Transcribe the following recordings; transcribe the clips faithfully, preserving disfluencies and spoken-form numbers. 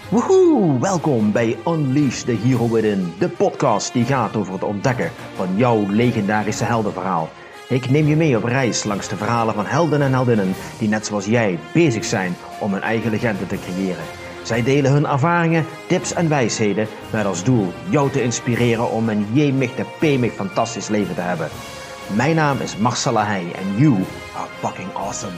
Woehoe, welkom bij Unleash the Hero Within, de podcast die gaat over het ontdekken van jouw legendarische heldenverhaal. Ik neem je mee op reis langs de verhalen van helden en heldinnen die net zoals jij bezig zijn om hun eigen legende te creëren. Zij delen hun ervaringen, tips en wijsheden met als doel jou te inspireren om een jemig te pemig fantastisch leven te hebben. Mijn naam is Marcel Lahey en you are fucking awesome.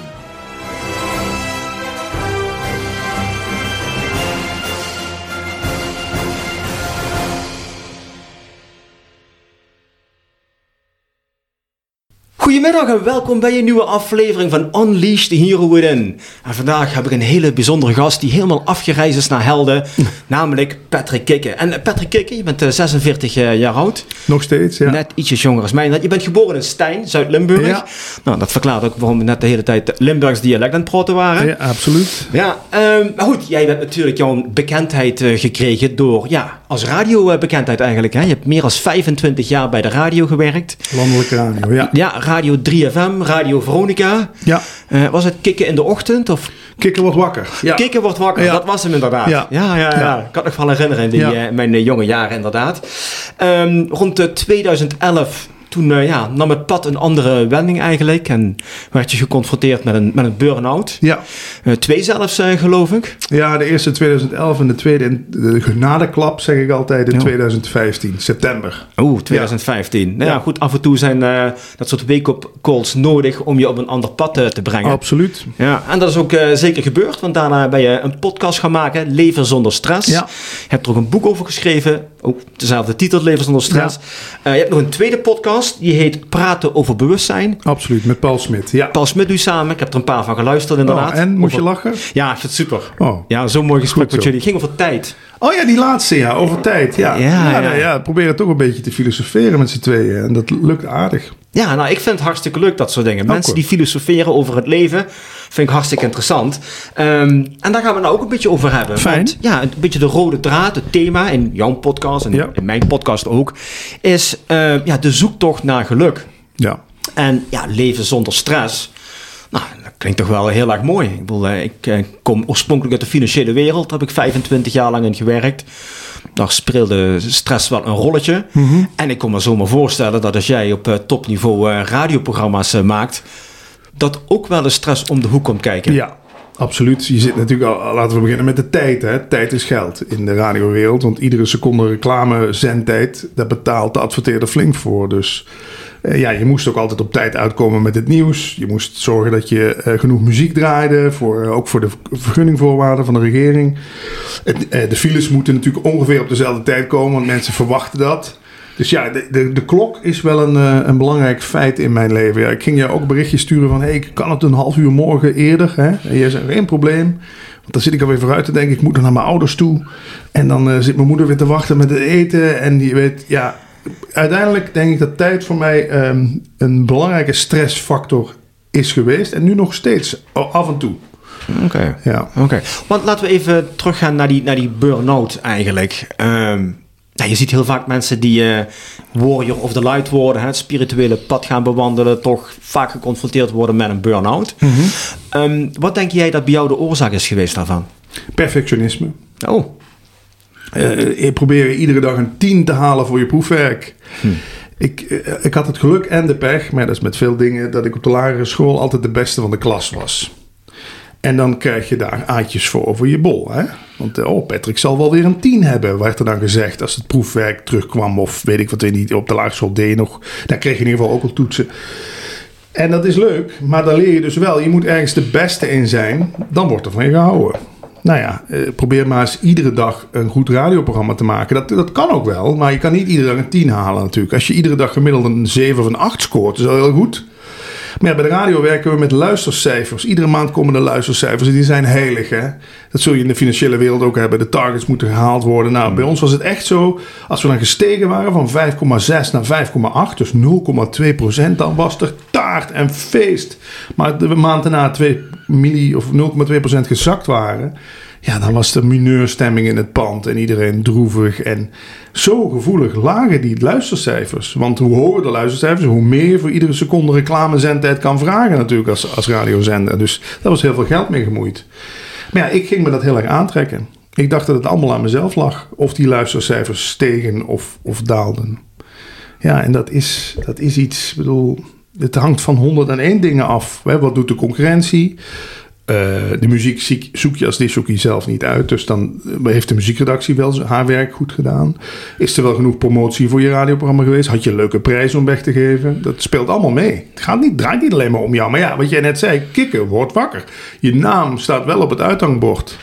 Goedemiddag en welkom bij een nieuwe aflevering van Unleash the Hero Within. En vandaag heb ik een hele bijzondere gast die helemaal afgereisd is naar helden, namelijk Patrick Kikke. En Patrick Kikke, je bent zesenveertig jaar oud. Nog steeds, ja. Net ietsjes jonger als mij. Je bent geboren in Stein, Zuid-Limburg. Ja. Nou, dat verklaart ook waarom we net de hele tijd Limburgs dialect aan het praten waren. Ja, absoluut. Ja, um, maar goed, jij hebt natuurlijk jouw bekendheid uh, gekregen door, ja, als radiobekendheid eigenlijk. Hè? Je hebt meer dan vijfentwintig jaar bij de radio gewerkt. Landelijke radio, ja. Ja, Radio drie F M, Radio Veronica. Ja. Uh, was het Kikken in de ochtend? Of? Kikken wordt wakker. Ja. Kikken wordt wakker, ja. Dat was hem inderdaad. Ja, ja, ja. ja. ja. Ik kan het nog wel herinneren in die, ja. uh, mijn uh, jonge jaren inderdaad. Um, rond uh, tweeduizend elf... Toen uh, ja, nam het pad een andere wending eigenlijk en werd je geconfronteerd met een, met een burn-out. Ja. Uh, twee zelfs, uh, geloof ik. Ja, de eerste in tweeduizend elf en de tweede in de genadeklap, zeg ik altijd, in ja. tweeduizend vijftien, september. Oeh, tweeduizend vijftien. Ja. Nou ja, goed, af en toe zijn uh, dat soort wake-up calls nodig om je op een ander pad uh, te brengen. Absoluut. Ja, en dat is ook uh, zeker gebeurd, want daarna ben je een podcast gaan maken, Leven zonder stress. Ja. Je hebt er ook een boek over geschreven, ook dezelfde titel, Leven zonder stress. Ja. Uh, je hebt nog een tweede podcast. Die heet Praten over bewustzijn. Absoluut, met Paul Smit. Ja. Paul Smit doe samen. Ik heb er een paar van geluisterd inderdaad. Oh, en, moest over... je lachen? Ja, ik vind het super. Oh. Ja, zo'n mooi gesprek met jullie. Het ging over tijd. Oh ja, die laatste, ja. Over tijd. Ja, ja, ja, ja. ja, ja. Proberen toch een beetje te filosoferen met z'n tweeën. En dat lukt aardig. Ja, nou, ik vind het hartstikke leuk, dat soort dingen. Mensen die filosoferen over het leven, vind ik hartstikke interessant. Um, en daar gaan we nou ook een beetje over hebben. Fijn. Want, ja, een beetje de rode draad, het thema in jouw podcast en ja. in mijn podcast ook, is uh, ja, de zoektocht naar geluk. Ja. En ja, leven zonder stress. Nou, dat klinkt toch wel heel erg mooi. Ik bedoel, ik uh, kom oorspronkelijk uit de financiële wereld. Daar heb ik vijfentwintig jaar lang in gewerkt. Daar speelde stress wel een rolletje. Mm-hmm. En ik kon me zomaar voorstellen dat als jij op uh, topniveau uh, radioprogramma's uh, maakt, dat ook wel de stress om de hoek komt kijken. Ja, absoluut. Je zit natuurlijk al, laten we beginnen met de tijd. Hè. Tijd is geld in de radiowereld. Want iedere seconde reclame zendtijd, daar betaalt de adverteerder flink voor. Dus uh, ja, je moest ook altijd op tijd uitkomen met het nieuws. Je moest zorgen dat je uh, genoeg muziek draaide. Voor, uh, ook voor de vergunningvoorwaarden van de regering. Het, uh, de files moeten natuurlijk ongeveer op dezelfde tijd komen. Want mensen verwachten dat. Dus ja, de, de, de klok is wel een, uh, een belangrijk feit in mijn leven. Ja, ik ging jou ook berichtjes sturen van, hey, kan het een half uur morgen eerder? Hè? En jij zei, geen probleem. Want dan zit ik alweer vooruit te denken, ik moet er naar mijn ouders toe. En dan uh, zit mijn moeder weer te wachten met het eten. En je weet, ja, uiteindelijk denk ik dat tijd voor mij um, een belangrijke stressfactor is geweest. En nu nog steeds, af en toe. Oké, okay. ja. okay. Want laten we even teruggaan naar die, naar die burn-out eigenlijk. Um, nou, je ziet heel vaak mensen die uh, warrior of the light worden, hè, het spirituele pad gaan bewandelen, toch vaak geconfronteerd worden met een burn-out. Mm-hmm. Um, wat denk jij dat bij jou de oorzaak is geweest daarvan? Perfectionisme. Oh. Uh, je probeert iedere dag een tien te halen voor je proefwerk. Hm. Ik, uh, ik had het geluk en de pech, maar dat is met veel dingen, dat ik op de lagere school altijd de beste van de klas was. En dan krijg je daar aatjes voor over je bol. Hè? Want oh, Patrick zal wel weer een tien hebben, werd er dan gezegd als het proefwerk terugkwam. Of weet ik wat we niet op de lagere school deden nog. Daar kreeg je in ieder geval ook al toetsen. En dat is leuk, maar dan leer je dus wel. Je moet ergens de beste in zijn, dan wordt er van je gehouden. Nou ja, eh, probeer maar eens iedere dag een goed radioprogramma te maken. Dat, dat kan ook wel, maar je kan niet iedere dag een tien halen natuurlijk. Als je iedere dag gemiddeld een zeven of een acht scoort, is dat heel goed. Maar ja, bij de radio werken we met luistercijfers. Iedere maand komen de luistercijfers en die zijn heilig. Hè? Dat zul je in de financiële wereld ook hebben. De targets moeten gehaald worden. Nou, bij ons was het echt zo. Als we dan gestegen waren van vijf komma zes naar vijf komma acht, dus nul komma twee procent, dan was er taart en feest. Maar de maand daarna twee milli of nul komma twee procent gezakt waren, ja, dan was er mineurstemming in het pand en iedereen droevig. En zo gevoelig lagen die luistercijfers. Want hoe hoger de luistercijfers, hoe meer je voor iedere seconde reclamezendtijd kan vragen natuurlijk als, als radiozender. Dus daar was heel veel geld mee gemoeid. Maar ja, ik ging me dat heel erg aantrekken. Ik dacht dat het allemaal aan mezelf lag. Of die luistercijfers stegen of, of daalden. Ja, en dat is, dat is iets, ik bedoel, het hangt van honderdéén dingen af. Hè? Wat doet de concurrentie? Uh, de muziek zoek je als disjockey zelf niet uit. Dus dan heeft de muziekredactie wel haar werk goed gedaan. Is er wel genoeg promotie voor je radioprogramma geweest? Had je een leuke prijs om weg te geven? Dat speelt allemaal mee. Het gaat niet, draait niet alleen maar om jou. Maar ja, wat jij net zei, kikken, word wakker. Je naam staat wel op het uithangbord.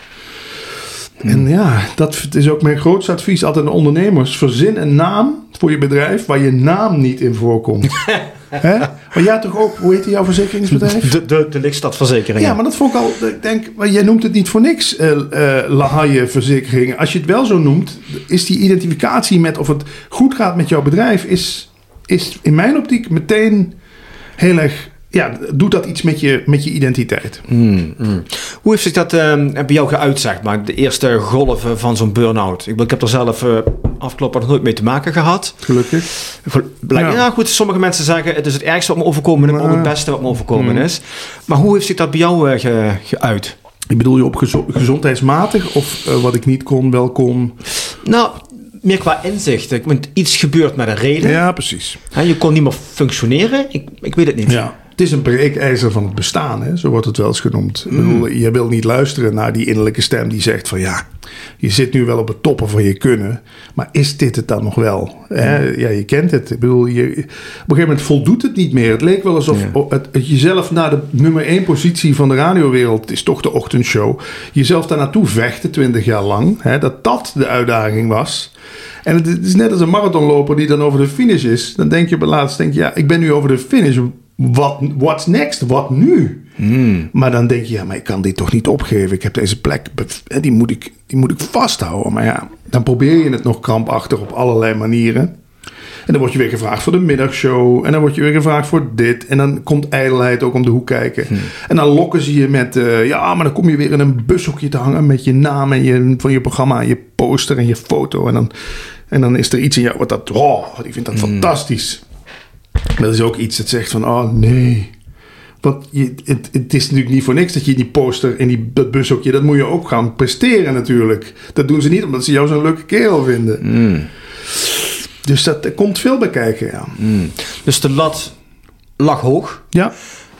Hmm. En ja, dat is ook mijn grootste advies altijd aan ondernemers. Verzin een naam voor je bedrijf waar je naam niet in voorkomt. Hè? Maar jij toch ook, hoe heet jouw verzekeringsbedrijf? De, de, de Likstad Verzekeringen. Ja, maar dat vond ik al, ik denk, maar jij noemt het niet voor niks, uh, uh, La Haye Verzekeringen. Als je het wel zo noemt, is die identificatie met of het goed gaat met jouw bedrijf, is, is in mijn optiek meteen heel erg, ja, doet dat iets met je, met je identiteit. Mm, mm. Hoe heeft zich dat uh, bij jou geuit, zeg maar, de eerste golven van zo'n burn-out? Ik, ik heb er zelf uh, afgelopen nog nooit mee te maken gehad. Gelukkig. Blijk, ja. ja, goed, sommige mensen zeggen het is het ergste wat me overkomen is, maar ook het beste wat me overkomen mm. is. Maar hoe heeft zich dat bij jou uh, ge, geuit? Ik bedoel je op gezo- gezondheidsmatig of uh, wat ik niet kon, wel kon? Nou, meer qua inzicht. Ik ben, iets gebeurt met een reden. Ja, precies. He, je kon niet meer functioneren. Ik, ik weet het niet. Ja. Het is een breekijzer van het bestaan, hè? Zo wordt het wel eens genoemd. Mm. Ik bedoel, je wil niet luisteren naar die innerlijke stem die zegt van ja, je zit nu wel op het toppen van je kunnen, maar is dit het dan nog wel? Mm. Hè? Ja, je kent het. Ik bedoel, je, op een gegeven moment voldoet het niet meer. Het leek wel alsof ja. het, het jezelf naar de nummer één positie van de radiowereld, is toch de ochtendshow, jezelf daar naartoe vechten twintig jaar lang, hè? Dat dat de uitdaging was. En het is net als een marathonloper die dan over de finish is. Dan denk je bij laatst, denk je, ja, ik ben nu over de finish. Wat, what's next? Wat nu? Mm. Maar dan denk je, ja, maar ik kan dit toch niet opgeven. Ik heb deze plek, die moet ik, die moet ik vasthouden. Maar ja, dan probeer je het nog krampachtig op allerlei manieren. En dan word je weer gevraagd voor de middagshow. En dan word je weer gevraagd voor dit. En dan komt ijdelheid ook om de hoek kijken. Hmm. En dan lokken ze je met, uh, ja, maar dan kom je weer in een bushokje te hangen met je naam en je, van je programma, en je poster en je foto. En dan, en dan is er iets in jou wat dat, oh, ik vind dat hmm. fantastisch. Dat is ook iets dat zegt van, oh nee. Want je, het, het is natuurlijk niet voor niks dat je die poster en die, dat bushokje, dat moet je ook gaan presteren natuurlijk. Dat doen ze niet omdat ze jou zo'n leuke kerel vinden. Mm. Dus dat, er komt veel bij kijken, ja. Mm. Dus de lat lag hoog. Ja.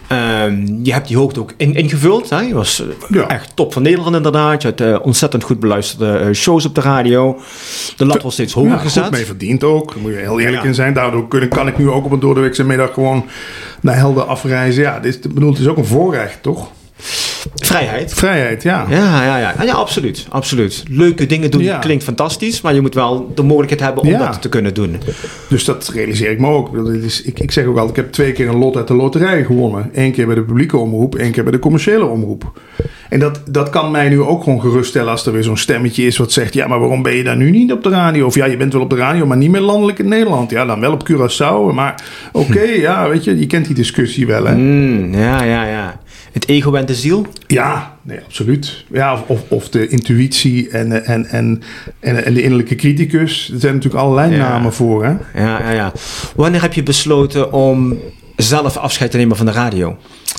Um, je hebt die hoogte ook in, ingevuld. Hè? Je was ja. echt top van Nederland inderdaad. Je had uh, ontzettend goed beluisterde uh, shows op de radio. De lat was steeds hoger ja, gezet. Goed mee verdiend ook. Daar moet je heel eerlijk ja. in zijn. Daardoor kun, kan ik nu ook op een doordeweekse middag gewoon naar Helden afreizen. Ja, dit is, bedoel, het is ook een voorrecht, toch? Vrijheid. Vrijheid, ja. Ja, ja, ja. ja absoluut, absoluut. Leuke dingen doen ja. klinkt fantastisch, maar je moet wel de mogelijkheid hebben om ja. dat te kunnen doen. Dus dat realiseer ik me ook. Dat is, ik, ik zeg ook altijd, ik heb twee keer een lot uit de loterij gewonnen. Eén keer bij de publieke omroep, één keer bij de commerciële omroep. En dat, dat kan mij nu ook gewoon geruststellen als er weer zo'n stemmetje is wat zegt, ja, maar waarom ben je daar nu niet op de radio? Of ja, je bent wel op de radio, maar niet meer landelijk in Nederland. Ja, dan wel op Curaçao, maar oké, okay, hm. ja, weet je, je kent die discussie wel, hè? Mm, ja, ja, ja. Het ego en de ziel? Ja, nee, absoluut. Ja, of, of de intuïtie en, en, en, en, en de innerlijke criticus. Er zijn natuurlijk allerlei ja. namen voor, hè? Ja, ja, ja. Wanneer heb je besloten om zelf afscheid te nemen van de radio?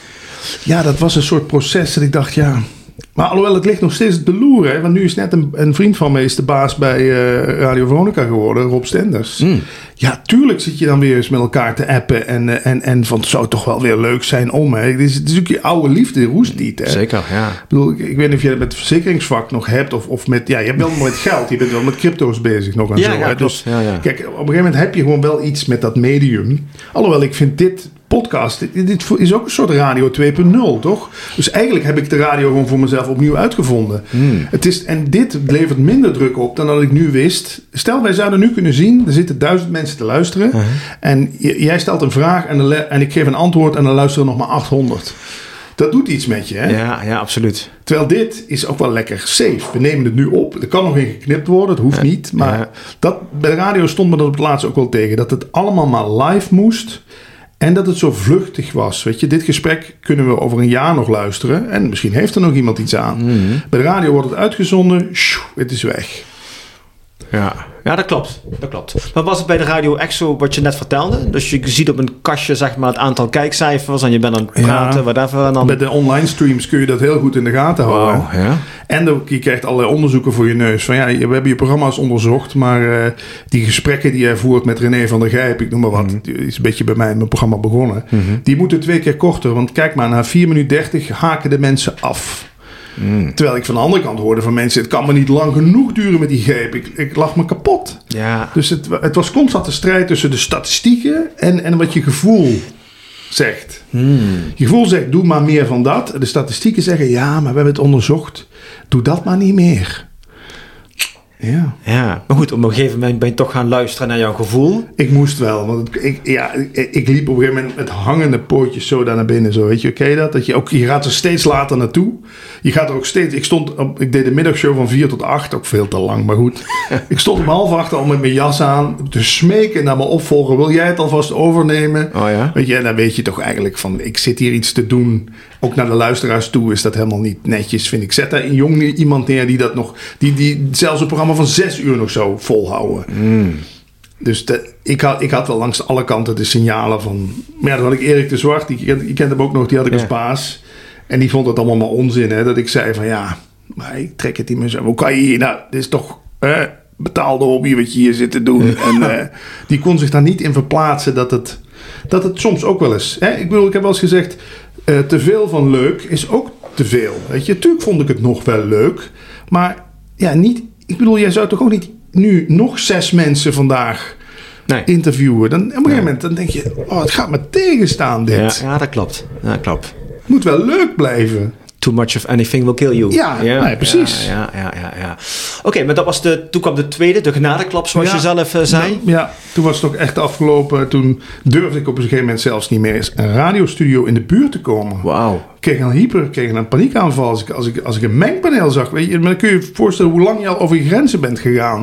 Ja, dat was een soort proces dat ik dacht, ja... Maar alhoewel, het ligt nog steeds te loeren. Hè? Want nu is net een, een vriend van me is de baas bij uh, Radio Veronica geworden, Rob Stenders. Mm. Ja, tuurlijk zit je dan weer eens met elkaar te appen. En, en, en van, het zou toch wel weer leuk zijn om. Hè? Het is, het is ook je oude liefde, roest niet. Hè? Zeker, ja. Ik bedoel, ik, ik weet niet of je het met het verzekeringsvak nog hebt. Of, of met, ja, je hebt wel met geld. Je bent wel met crypto's bezig nog en ja, zo. Ja, hè? Dus, ja, ja. Kijk, op een gegeven moment heb je gewoon wel iets met dat medium. Alhoewel, ik vind dit... podcast, dit, dit is ook een soort radio twee punt nul, toch? Dus eigenlijk heb ik de radio gewoon voor mezelf opnieuw uitgevonden. Hmm. Het is, en dit levert minder druk op dan dat ik nu wist. Stel, wij zouden nu kunnen zien, er zitten duizend mensen te luisteren. Uh-huh. En j- jij stelt een vraag en, le- en ik geef een antwoord en dan luisteren er nog maar achthonderd. Dat doet iets met je, hè? Ja, ja, absoluut. Terwijl dit is ook wel lekker safe. We nemen het nu op. Er kan nog in geknipt worden. Het hoeft ja. niet. Maar ja. dat, bij de radio stond me dat op het laatst ook wel tegen. Dat het allemaal maar live moest. En dat het zo vluchtig was. Weet je, dit gesprek kunnen we over een jaar nog luisteren. En misschien heeft er nog iemand iets aan. Mm-hmm. Bij de radio wordt het uitgezonden. Shoo, het is weg. Ja. Ja, dat klopt. Dat klopt. Maar was het bij de radio echt zo wat je net vertelde? Dus je ziet op een kastje zeg maar het aantal kijkcijfers en je bent aan het praten, ja, whatever. En dan... Bij de online streams kun je dat heel goed in de gaten houden. Wow, ja. En de, je krijgt allerlei onderzoeken voor je neus. Van ja, we hebben je programma's onderzocht, maar uh, die gesprekken die jij voert met René van der Gijp, ik noem maar wat, mm-hmm. die is een beetje bij mij in mijn programma begonnen. Mm-hmm. Die moeten twee keer korter, want kijk maar, na vier minuten dertig haken de mensen af. Mm. Terwijl ik van de andere kant hoorde van mensen, het kan me niet lang genoeg duren met die greep. Ik, ik lag me kapot. Ja. Dus het, het was constant de strijd tussen de statistieken en, en wat je gevoel zegt. Mm. Je gevoel zegt, doe maar meer van dat. De statistieken zeggen, ja, maar we hebben het onderzocht. Doe dat maar niet meer. Ja. Ja, maar goed, op een gegeven moment ben je toch gaan luisteren naar jouw gevoel. Ik moest wel, want het, ik, ja, ik, ik liep op een gegeven moment met hangende pootjes zo daar naar binnen. Zo, weet je, ken je dat? Dat je, ook, je gaat er steeds later naartoe. Je gaat er ook steeds, ik stond, op, ik deed de middagshow van vier tot acht, ook veel te lang, maar goed. Ik stond om half acht al met mijn jas aan, te smeken naar mijn opvolger. Wil jij het alvast overnemen? Oh ja? Weet je, en dan weet je toch eigenlijk van, ik zit hier iets te doen. Ook naar de luisteraars toe is dat helemaal niet netjes, vind ik. Zet daar een jong iemand neer die dat nog, die, die zelfs een programma van zes uur nog zo volhouden. Mm. Dus de, ik, had, ik had wel langs alle kanten de signalen van... Maar ja, dan had ik Erik de Zwart, die, je kent hem ook nog, die had ik als baas. En die vond het allemaal maar onzin, hè. Dat ik zei van ja, maar ik trek het niet meer zo. Hoe kan je hier, nou, dit is toch eh, betaalde hobby wat je hier zit te doen. En eh, die kon zich daar niet in verplaatsen dat het, dat het soms ook wel eens... Hè? Ik bedoel, ik heb wel eens gezegd, uh, te veel van leuk is ook te veel. Weet je, tuurlijk vond ik het nog wel leuk, maar ja, niet... Ik bedoel, jij zou toch ook niet nu nog zes mensen vandaag nee. interviewen? Dan, op een gegeven nee. moment dan denk je, oh, het gaat me tegenstaan dit. Ja, ja dat klopt. Ja, dat klopt. Het moet wel leuk blijven. Too much of anything will kill you. Ja, ja, nee, precies. Ja, ja, ja, ja. Oké, okay, maar dat was de, toen kwam de tweede, de genadeklap, zoals ja, je zelf uh, zei. Ja, ja, toen was het ook echt afgelopen. Toen durfde ik op een gegeven moment zelfs niet meer eens een radiostudio in de buurt te komen. Wauw. Ik kreeg een hyper, ik kreeg een paniekaanval als ik, als ik, als ik een mengpaneel zag. Weet je, maar dan kun je je voorstellen hoe lang je al over je grenzen bent gegaan.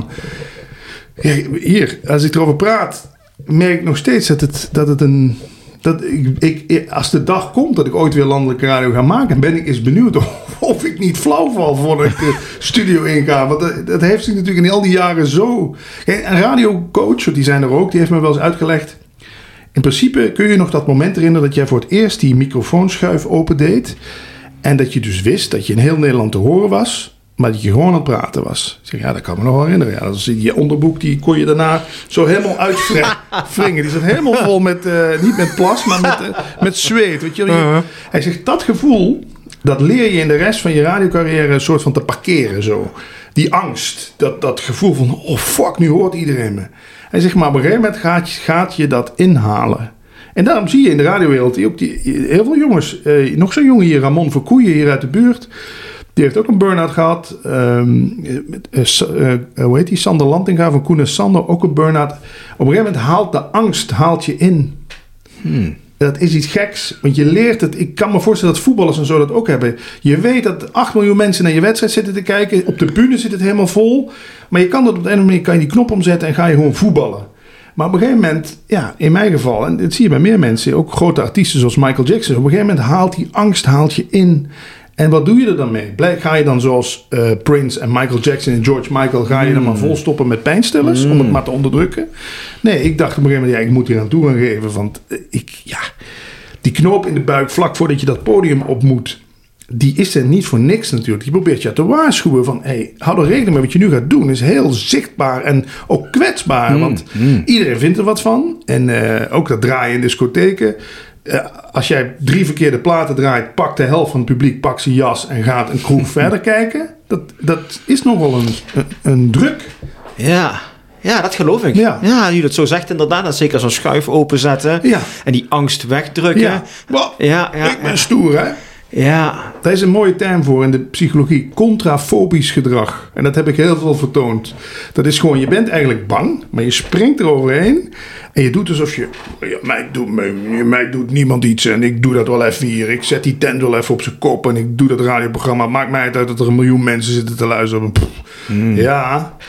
Ja, hier, als ik erover praat, merk ik nog steeds dat het, dat het een... Dat ik, ik, als de dag komt dat ik ooit weer landelijke radio ga maken, ben ik eens benieuwd of, of ik niet flauw val voordat ik de studio inga. Want dat, dat heeft zich natuurlijk in al die jaren zo... Kijk, een radiocoach, die zijn er ook, die heeft me wel eens uitgelegd. In principe kun je nog dat moment herinneren dat jij voor het eerst die microfoonschuif opendeed. En dat je dus wist dat je in heel Nederland te horen was, maar dat je gewoon aan het praten was. Ik zeg, ja, dat kan me nog wel herinneren. Ja, dat is die onderboek, die kon je daarna zo helemaal uitwringen. Die zat helemaal vol met, uh, niet met plas, maar met, uh, met zweet. Weet je? Uh-huh. Hij zegt, dat gevoel, dat leer je in de rest van je radiocarrière een soort van te parkeren zo. Die angst, dat, dat gevoel van, oh fuck, nu hoort iedereen me. Hij zegt, maar op een gegeven moment gaat, gaat je dat inhalen. En daarom zie je in de radiowereld die ook die, heel veel jongens, uh, nog zo'n jongen hier, Ramon Verkoeien hier uit de buurt... Die heeft ook een burn-out gehad. Um, uh, uh, hoe heet die? Sander Lantinga van Koen en Sander. Ook een burn-out. Op een gegeven moment haalt de angst haalt je in. Hmm. Dat is iets geks. Want je leert het. Ik kan me voorstellen dat voetballers en zo dat ook hebben. Je weet dat acht miljoen mensen naar je wedstrijd zitten te kijken. Op de bühne zit het helemaal vol. Maar je kan dat op de ene manier kan je die knop omzetten en ga je gewoon voetballen. Maar op een gegeven moment, ja, in mijn geval, en dat zie je bij meer mensen, ook grote artiesten zoals Michael Jackson. Op een gegeven moment haalt die angst haalt je in. En wat doe je er dan mee? Blijf, ga je dan zoals uh, Prince en Michael Jackson en George Michael... ga je mm. dan maar volstoppen met pijnstillers mm. om het maar te onderdrukken? Nee, ik dacht op een gegeven moment... ja, ik moet hier aan toe gaan geven. Want uh, ik, ja, die knoop in de buik vlak voordat je dat podium op moet... die is er niet voor niks natuurlijk. Je probeert je te waarschuwen van... hey, hou er rekening mee wat je nu gaat doen. Is heel zichtbaar en ook kwetsbaar. Mm. Want mm. iedereen vindt er wat van. En uh, ook dat draaien in discotheken... Uh, als jij drie verkeerde platen draait, pakt de helft van het publiek, pakt zijn jas en gaat een kroeg verder kijken. Dat, dat is nogal een, een, een druk. Ja, ja, dat geloof ik. Ja, ja nu dat zo zegt inderdaad. Dat zeker zo'n schuif openzetten ja. en die angst wegdrukken. Ja, wow, ja, ja ik ben ja. stoer, hè? Ja. Daar is een mooie term voor in de psychologie. Contrafobisch gedrag. En dat heb ik heel veel vertoond. Dat is gewoon, je bent eigenlijk bang, maar je springt eroverheen. En je doet alsof je... Ja, mij, doet, mij, mij doet niemand iets en ik doe dat wel even hier. Ik zet die tent wel even op zijn kop en ik doe dat radioprogramma. Maakt mij uit dat er een miljoen mensen zitten te luisteren. Mm. Ja,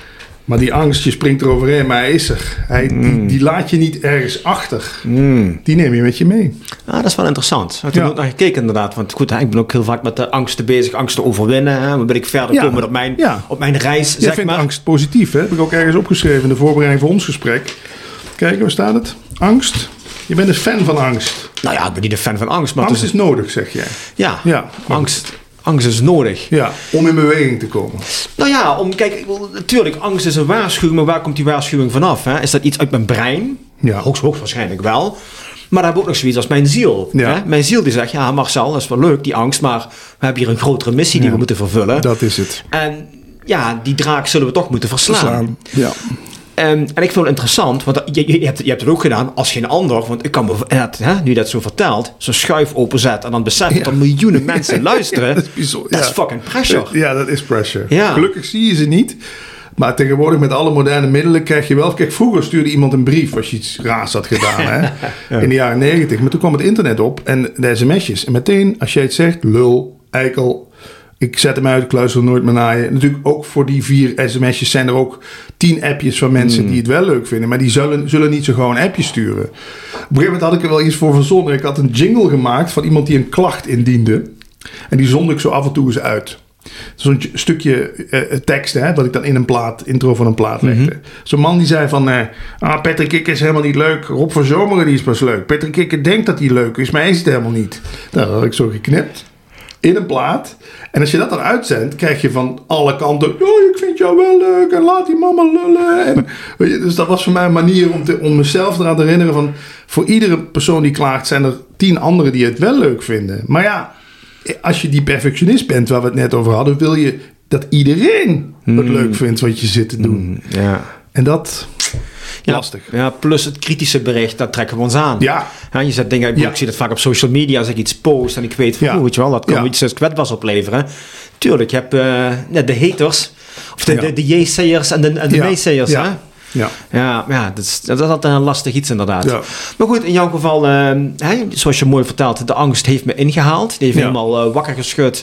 Maar die angst, je springt eroverheen, maar hij is er. Hij, mm. die, die laat je niet ergens achter. Mm. Die neem je met je mee. Ah, dat is wel interessant. Ik heb er ja. ook naar gekeken inderdaad. Want goed, hè, ik ben ook heel vaak met de angsten bezig. Angsten overwinnen. Hè. Dan ben ik verder ja. komen op mijn, ja. op mijn reis, Jij zeg vindt maar. angst positief, hè? Heb ik ook ergens opgeschreven in de voorbereiding voor ons gesprek. Kijk, waar staat het? Angst. Je bent een fan van angst. Nou ja, ik ben niet een fan van angst. Maar angst is, is nodig, zeg jij. Ja, ja angst... Angst is nodig. Ja, om in beweging te komen. Nou ja, om, kijk, natuurlijk, angst is een waarschuwing, maar waar komt die waarschuwing vanaf? Hè? Is dat iets uit mijn brein? Ja. Hoogst, hoogstwaarschijnlijk wel. Maar dan heb ik ook nog zoiets als mijn ziel. Ja. Hè? Mijn ziel die zegt, ja Marcel, dat is wel leuk, die angst, maar we hebben hier een grotere missie die ja. we moeten vervullen. Dat is het. En ja, die draak zullen we toch moeten verslaan. verslaan. Ja. Um, en ik vind het interessant, want je, je, hebt, je hebt het ook gedaan als geen ander. Want ik kan me, hè, nu je dat zo vertelt, zo'n schuif openzet en dan besef ja. dat er miljoenen mensen luisteren. Dat is bijzonder. Dat ja. is fucking pressure. Ja, dat is pressure. Ja. Gelukkig zie je ze niet. Maar tegenwoordig met alle moderne middelen krijg je wel... Kijk, vroeger stuurde iemand een brief als je iets raars had gedaan. Hè? Ja. In de jaren negentig. Maar toen kwam het internet op en de sms'jes. En meteen, als jij het zegt, lul, eikel... Ik zet hem uit, ik luister nooit meer naar je. Natuurlijk ook voor die vier sms'jes zijn er ook tien appjes van mensen mm. die het wel leuk vinden. Maar die zullen, zullen niet zo gewoon een appje sturen. Op een gegeven moment had ik er wel iets voor verzonnen. Ik had een jingle gemaakt van iemand die een klacht indiende. En die zond ik zo af en toe eens uit. Zo'n stukje uh, tekst, hè, wat ik dan in een plaat, intro van een plaat legde. Mm-hmm. Zo'n man die zei van... Uh, ah, Patrick Kikker is helemaal niet leuk. Rob van Zomeren die is pas leuk. Patrick Kikker denkt dat hij leuk is, maar hij is het helemaal niet. Nou, dat had ik zo geknipt. In een plaat. En als je dat dan uitzendt, krijg je van alle kanten... Oh, ik vind jou wel leuk en laat die mama lullen. En, weet je, dus dat was voor mij een manier om, te, om mezelf eraan te herinneren van... Voor iedere persoon die klaagt zijn er tien anderen die het wel leuk vinden. Maar ja, als je die perfectionist bent waar we het net over hadden... wil je dat iedereen het mm. leuk vindt wat je zit te doen. Mm, ja. En dat... Ja, lastig. Ja, plus het kritische bericht, dat trekken we ons aan. Ja. Ja, je zet dingen, ja. Ik zie dat vaak op social media als ik iets post en ik weet van, ja. oh, weet je wel, dat kan ja. iets kwetsbaars opleveren. Tuurlijk, je hebt uh, net de haters, of de, ja. de, de jayzayers en de, en de ja. naysayers. Ja. Hè? Ja, ja, ja dat, is, dat is altijd een lastig iets inderdaad. Ja. Maar goed, in jouw geval, uh, hè, zoals je mooi vertelt, de angst heeft me ingehaald. Die heeft ja. helemaal uh, wakker geschud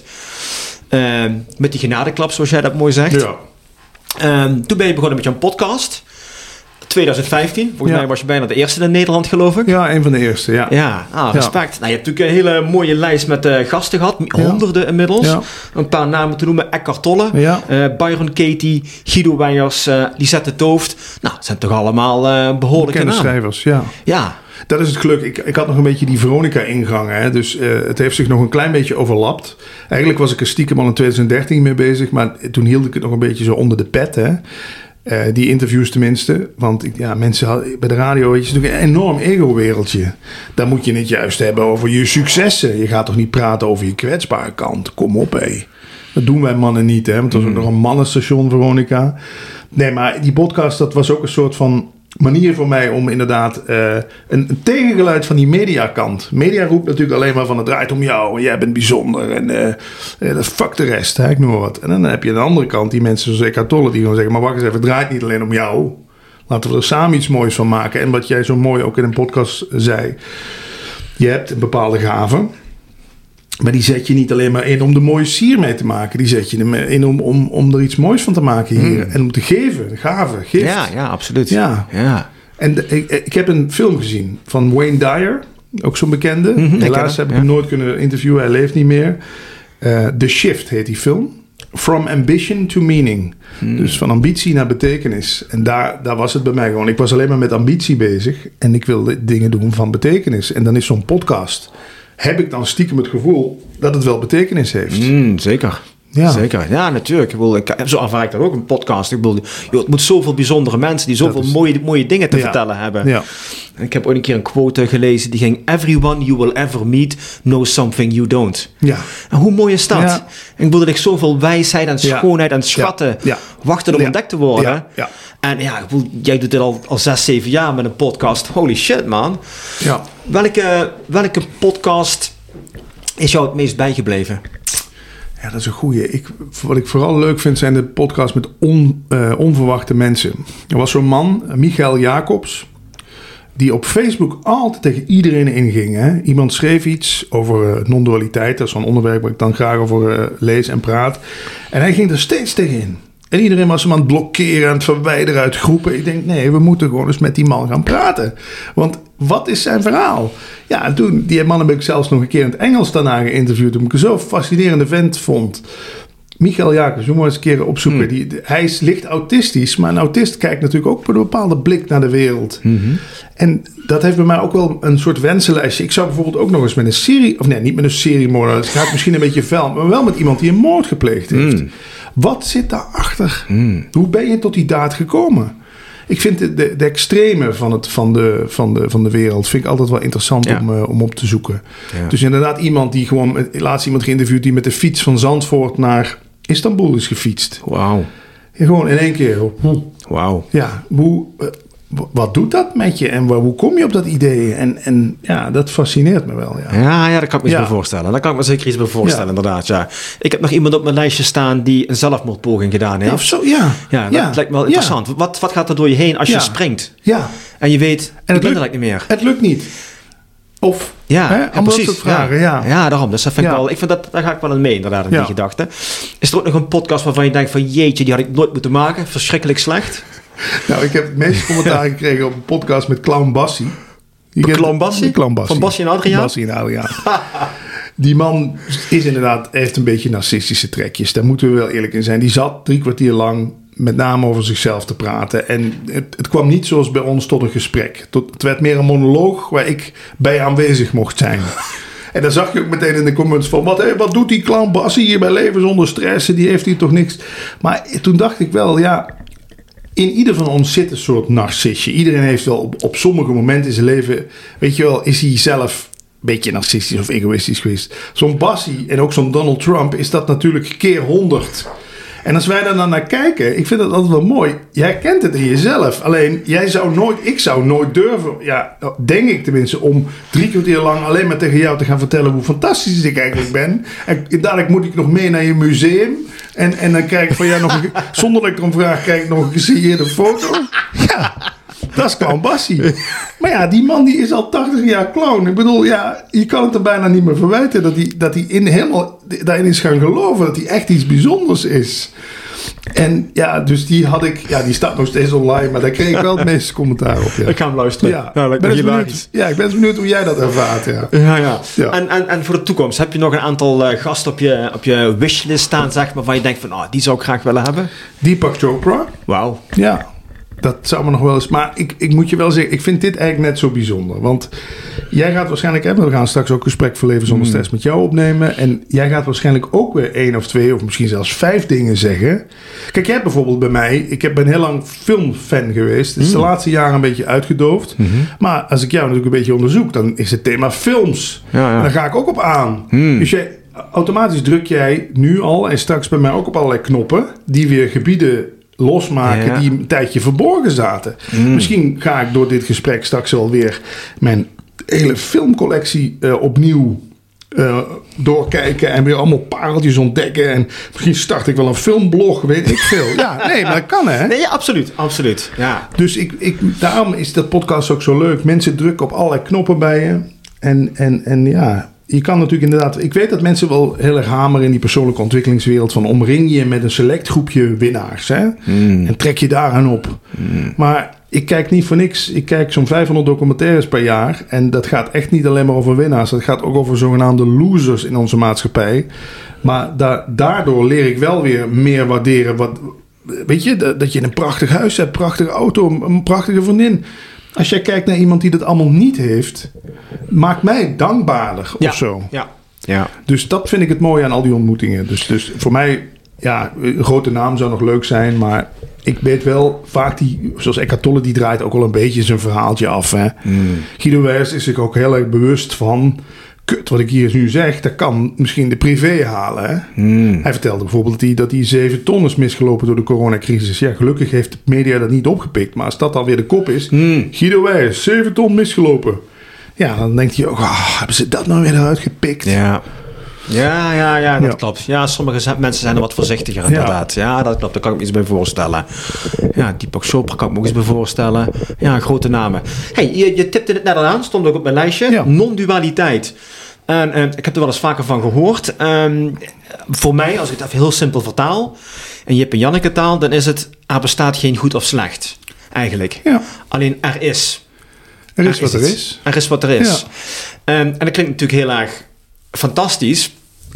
uh, met die genadeklap, zoals jij dat mooi zegt. Ja. Um, toen ben je begonnen met jouw podcast. twintig vijftien. Volgens ja. mij was je bijna de eerste in Nederland, geloof ik. Ja, een van de eerste, ja. Ja, ah, respect. Ja. Nou, je hebt natuurlijk een hele mooie lijst met uh, gasten gehad. Honderden ja. inmiddels. Ja. Een paar namen te noemen. Eckhart Tolle, ja. uh, Byron Katie, Guido Weijers, uh, Lisette Tooft. Nou, dat zijn toch allemaal uh, behoorlijke namen. Kennisschrijvers, ja. Ja. Dat is het geluk. Ik, ik had nog een beetje die Veronica-ingang. Hè? Dus uh, het heeft zich nog een klein beetje overlapt. Eigenlijk was ik er stiekem al in twintig dertien mee bezig. Maar toen hield ik het nog een beetje zo onder de pet, hè. Uh, die interviews tenminste. Want ja, mensen hadden, bij de radio, weet je, is natuurlijk een enorm ego-wereldje. Daar moet je het juist hebben over je successen. Je gaat toch niet praten over je kwetsbare kant. Kom op, hé. Dat doen wij mannen niet, hè. Want dat was ook nog een mannenstation, Veronica. Nee, maar die podcast, dat was ook een soort van manier voor mij om inderdaad uh, een, een tegengeluid van die mediakant. Media roept natuurlijk alleen maar van het draait om jou en jij bent bijzonder en uh, uh, fuck de rest, hè, ik noem maar wat. En dan heb je aan de andere kant die mensen zoals Eckhart Tolle die gewoon zeggen, maar wacht eens even, het draait niet alleen om jou. Laten we er samen iets moois van maken. En wat jij zo mooi ook in een podcast zei, je hebt een bepaalde gave. Maar die zet je niet alleen maar in om de mooie sier mee te maken. Die zet je in om, om, om er iets moois van te maken hier. Mm. En om te geven, de gave, gift. Ja, ja, absoluut. Ja. ja. En de, ik, ik heb een film gezien van Wayne Dyer. Ook zo'n bekende. Mm-hmm, Helaas heb ik ja. hem nooit kunnen interviewen. Hij leeft niet meer. Uh, The Shift heet die film. From ambition to meaning. Mm. Dus van ambitie naar betekenis. En daar, daar was het bij mij gewoon. Ik was alleen maar met ambitie bezig. En ik wilde dingen doen van betekenis. En dan is zo'n podcast, heb ik dan stiekem het gevoel dat het wel betekenis heeft. Mm, zeker. Ja. Zeker. Ja, natuurlijk. Ik bedoel, ik, zo ervaar ik dat ook, een podcast. Ik bedoel, joh, het moet zoveel bijzondere mensen die zoveel is, mooie, mooie dingen te ja. vertellen hebben. Ja. Ik heb ooit een keer een quote gelezen die ging: Everyone you will ever meet knows something you don't. Ja. En hoe mooi is dat? Ja. Ik bedoel, dat ik zoveel wijsheid en schoonheid ja. en schatten ja. Ja. wachten om ja. ontdekt te worden. Ja. Ja. En ja, ik bedoel, jij doet dit al, al zes, zeven jaar met een podcast. Holy shit, man. Ja. Welke, welke podcast is jou het meest bijgebleven? Ja, dat is een goeie. Ik, wat ik vooral leuk vind zijn de podcasts met on, uh, onverwachte mensen. Er was zo'n man, Michael Jacobs, die op Facebook altijd tegen iedereen inging. Hè? Iemand schreef iets over uh, non-dualiteit. Dat is zo'n onderwerp waar ik dan graag over uh, lees en praat. En hij ging er steeds tegen in. En iedereen was hem aan het blokkeren, aan het verwijderen uit groepen. Ik denk, nee, we moeten gewoon eens met die man gaan praten. Want wat is zijn verhaal? Ja, en toen, die man heb ik zelfs nog een keer in het Engels daarna geïnterviewd. Toen ik een zo fascinerende vent vond. Michael Jacobs, moet maar eens een keer opzoeken. Hmm. Die, hij is licht autistisch, maar een autist kijkt natuurlijk ook met een bepaalde blik naar de wereld. Hmm. En dat heeft bij mij ook wel een soort wensenlijstje. Ik zou bijvoorbeeld ook nog eens met een serie, of nee, niet met een seriemoordenaar. Het gaat misschien een beetje fel, maar wel met iemand die een moord gepleegd heeft. Hmm. Wat zit daarachter? Hmm. Hoe ben je tot die daad gekomen? Ik vind de, de, de extreme van, het, van, de, van, de, van de wereld vind ik altijd wel interessant ja. om, uh, om op te zoeken. Ja. Dus inderdaad iemand die gewoon, laatst iemand geïnterviewd die met de fiets van Zandvoort naar Istanbul is gefietst. Wauw. Ja, gewoon in één keer. Wauw. Ja, hoe, uh, wat doet dat met je en hoe kom je op dat idee? En, en ja, dat fascineert me wel. Ja, ja, ja dat kan ik me ja. iets bij voorstellen. Daar kan ik me zeker iets bij voorstellen, ja. inderdaad. Ja. Ik heb nog iemand op mijn lijstje staan die een zelfmoordpoging gedaan heeft. Ja, of zo, ja. Ja, dat ja. lijkt me wel interessant. Ja. Wat, wat gaat er door je heen als je ja. springt? Ja. En je weet, en ik ben lukt, er niet meer. Het lukt niet. Of, ja, hè, ja, om precies. dat te vragen, ja. Ja, ja daarom. Dus dat vind ik ja. wel, ik vind dat, daar ga ik wel in mee, inderdaad, in ja. die gedachte. Is er ook nog een podcast waarvan je denkt van, jeetje, die had ik nooit moeten maken. Verschrikkelijk slecht. Nou, ik heb het meeste commentaar gekregen op een podcast met Clown Bassie. Clown Bassie? Clown Bassie. Van Bassie en Adriaan? Bassie en Adriaan. Die man is inderdaad, heeft een beetje narcistische trekjes. Daar moeten we wel eerlijk in zijn. Die zat drie kwartier lang met name over zichzelf te praten. En het, het kwam niet zoals bij ons tot een gesprek. Tot, het werd meer een monoloog waar ik bij aanwezig mocht zijn. En dan zag je ook meteen in de comments van... wat, hey, wat doet die Clown Bassie hier bij Leven Zonder Stress? Die heeft hier toch niks... Maar toen dacht ik wel, ja... In ieder van ons zit een soort narcisje. Iedereen heeft wel op, op sommige momenten in zijn leven... weet je wel, is hij zelf een beetje narcistisch of egoïstisch geweest. Zo'n Bassie en ook zo'n Donald Trump... is dat natuurlijk keer honderd. En als wij daar dan naar kijken... ik vind dat altijd wel mooi. Jij kent het in jezelf. Alleen, jij zou nooit... ik zou nooit durven... ja, denk ik tenminste... om drie kwartier lang alleen maar tegen jou te gaan vertellen... hoe fantastisch ik eigenlijk ben. En dadelijk moet ik nog mee naar je museum... En, en dan krijg ik van jou nog een... zonder dat ik erom vraag, krijg ik nog een gesigneerde foto. Ja, dat is Clown Bassie. Maar ja, die man die is al tachtig jaar clown. Ik bedoel, ja, je kan het er bijna niet meer verwijten... dat hij, dat hij in helemaal daarin is gaan geloven... dat hij echt iets bijzonders is. En ja, dus die had ik... ja, die staat nog steeds online... maar daar kreeg ik wel het meeste commentaar op. Ja. Ik ga hem luisteren. Ja, nou, ben benieuwd, ja, ik ben benieuwd hoe jij dat ervaart. Ja, ja. ja. ja. En, en, en voor de toekomst... heb je nog een aantal uh, gasten op je, op je wishlist staan... zeg maar, waar je denkt van... oh, die zou ik graag willen hebben? Deepak Chopra. Wauw. Ja. Dat zou me nog wel eens... Maar ik, ik moet je wel zeggen... ik vind dit eigenlijk net zo bijzonder. Want jij gaat waarschijnlijk... Hè, we gaan straks ook Gesprek voor Leven Zonder Stress met jou opnemen. En jij gaat waarschijnlijk ook weer één of twee... of misschien zelfs vijf dingen zeggen. Kijk, jij hebt bijvoorbeeld bij mij... ik ben heel lang filmfan geweest. Het is de laatste jaren een beetje uitgedoofd. Mm-hmm. Maar als ik jou natuurlijk een beetje onderzoek... dan is het thema films. Ja, ja. En daar ga ik ook op aan. Mm. Dus jij... automatisch druk jij nu al... en straks bij mij ook op allerlei knoppen... die weer gebieden... losmaken ja. die een tijdje verborgen zaten. Mm. Misschien ga ik door dit gesprek straks alweer mijn hele filmcollectie uh, opnieuw uh, doorkijken en weer allemaal pareltjes ontdekken. En misschien start ik wel een filmblog, weet ik veel. Ja, nee, maar dat kan hè? Nee, ja, absoluut, absoluut. Ja. Dus ik, ik, daarom is dat podcast ook zo leuk. Mensen drukken op allerlei knoppen bij je. En, en, en ja... Je kan natuurlijk inderdaad... Ik weet dat mensen wel heel erg hameren in die persoonlijke ontwikkelingswereld... van omring je met een select groepje winnaars. Hè? Mm. En trek je daaraan op. Mm. Maar ik kijk niet voor niks. Ik kijk zo'n vijfhonderd documentaires per jaar. En dat gaat echt niet alleen maar over winnaars. Dat gaat ook over zogenaamde losers in onze maatschappij. Maar da- daardoor leer ik wel weer meer waarderen. Wat, weet je, dat, dat je een prachtig huis hebt, een prachtige auto, een prachtige vriendin... Als jij kijkt naar iemand die dat allemaal niet heeft... maakt mij dankbaarder ja, of zo. Ja, ja. Dus dat vind ik het mooie aan al die ontmoetingen. Dus, dus voor mij, ja, een grote naam zou nog leuk zijn... maar ik weet wel vaak die... zoals Eckhart Tolle, die draait ook wel een beetje zijn verhaaltje af. Hè? Mm. Guido Wijers is zich ook heel erg bewust van... kut, wat ik hier nu zeg, dat kan misschien de privé halen. Hè? Mm. Hij vertelde bijvoorbeeld dat hij, dat hij zeven ton is misgelopen door de coronacrisis. Ja, gelukkig heeft de media dat niet opgepikt. Maar als dat dan weer de kop is... Mm. Guido Wijers, zeven ton misgelopen. Ja, dan denkt hij ook... Oh, hebben ze dat nou weer eruit gepikt? Ja, ja, ja, ja dat ja. klopt. Ja, sommige mensen zijn er wat voorzichtiger inderdaad. Ja. ja, dat klopt. Daar kan ik me iets bij voorstellen. Ja, Deepak Chopra kan ik me ook iets bij voorstellen. Ja, grote namen. Hey, je, je tipte het net al aan. Stond ook op mijn lijstje. Ja. Non-dualiteit. En uh, ik heb er wel eens vaker van gehoord. Um, voor mij, als ik het even heel simpel vertaal, in Jip en Janneke taal, dan is het, er bestaat geen goed of slecht. Eigenlijk. Ja. Alleen er is. Er is er wat is er is. Er is wat er is. Ja. Um, en dat klinkt natuurlijk heel erg fantastisch.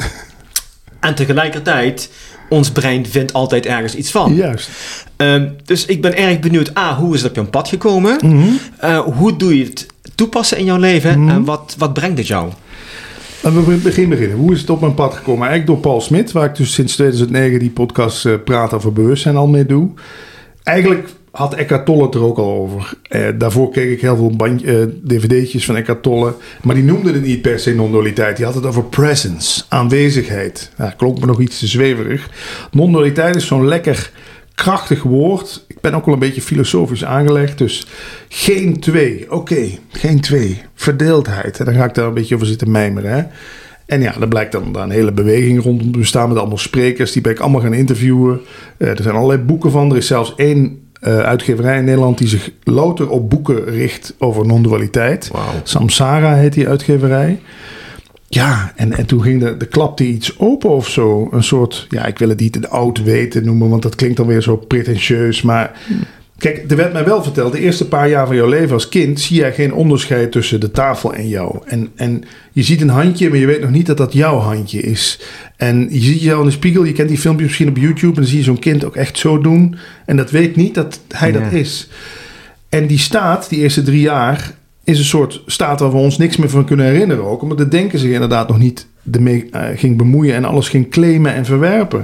En tegelijkertijd, ons brein vindt altijd ergens iets van. Juist. Um, dus ik ben erg benieuwd, A, hoe is het op je pad gekomen? Mm-hmm. Uh, hoe doe je het toepassen in jouw leven? Mm-hmm. En wat, wat brengt het jou? Laten we begin beginnen. Hoe is het op mijn pad gekomen? Eigenlijk door Paul Smit, waar ik dus sinds tweeduizend negen die podcast uh, Praat over bewustzijn al mee doe. Eigenlijk had Eckhart Tolle het er ook al over. Uh, daarvoor keek ik heel veel band, uh, dvd'tjes van Eckhart Tolle. Maar die noemde het niet per se non-dualiteit. Die had het over presence, aanwezigheid. Ja, klonk me nog iets te zweverig. Non-dualiteit is zo'n lekker krachtig woord. Ik ben ook wel een beetje filosofisch aangelegd. Dus geen twee. Oké, okay, geen twee. Verdeeldheid. En dan ga ik daar een beetje over zitten mijmeren. Hè? En ja, dan blijkt dan, dan een hele beweging rondom te bestaan met allemaal sprekers. Die ben ik allemaal gaan interviewen. Uh, er zijn allerlei boeken van. Er is zelfs één uh, uitgeverij in Nederland die zich louter op boeken richt over non-dualiteit. Wow. Samsara heet die uitgeverij. Ja, en, en toen ging de, de klapte iets open of zo. Een soort, ja, ik wil het niet een oud weten noemen, want dat klinkt dan weer zo pretentieus. Maar kijk, er werd mij wel verteld, de eerste paar jaar van jouw leven als kind zie jij geen onderscheid tussen de tafel en jou. En, en je ziet een handje, maar je weet nog niet dat dat jouw handje is. En je ziet jezelf in de spiegel, je kent die filmpjes misschien op YouTube, en dan zie je zo'n kind ook echt zo doen. En dat weet niet dat hij ja. dat is. En die staat, die eerste drie jaar, is een soort staat waar we ons niks meer van kunnen herinneren ook. Omdat de denken zich inderdaad nog niet ermee uh, ging bemoeien en alles ging claimen en verwerpen.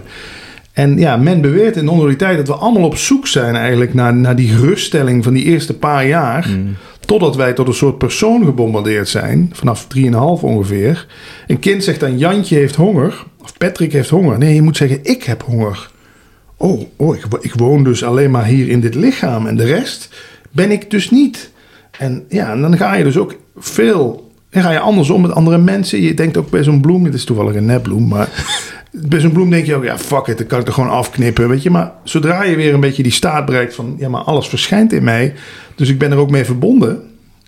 En ja, men beweert in non-dualiteit dat we allemaal op zoek zijn eigenlijk naar, naar die geruststelling van die eerste paar jaar. Mm. Totdat wij tot een soort persoon gebombardeerd zijn. Vanaf drieënhalf ongeveer. Een kind zegt dan Jantje heeft honger. Of Patrick heeft honger. Nee, je moet zeggen ik heb honger. Oh, oh ik, ik woon dus alleen maar hier in dit lichaam. En de rest ben ik dus niet. En ja, en dan ga je dus ook veel, dan ga je andersom met andere mensen. Je denkt ook bij zo'n bloem, het is toevallig een nepbloem, maar bij zo'n bloem denk je ook, ja fuck it, dan kan ik er gewoon afknippen, weet je. Maar zodra je weer een beetje die staat bereikt van, ja maar alles verschijnt in mij, dus ik ben er ook mee verbonden.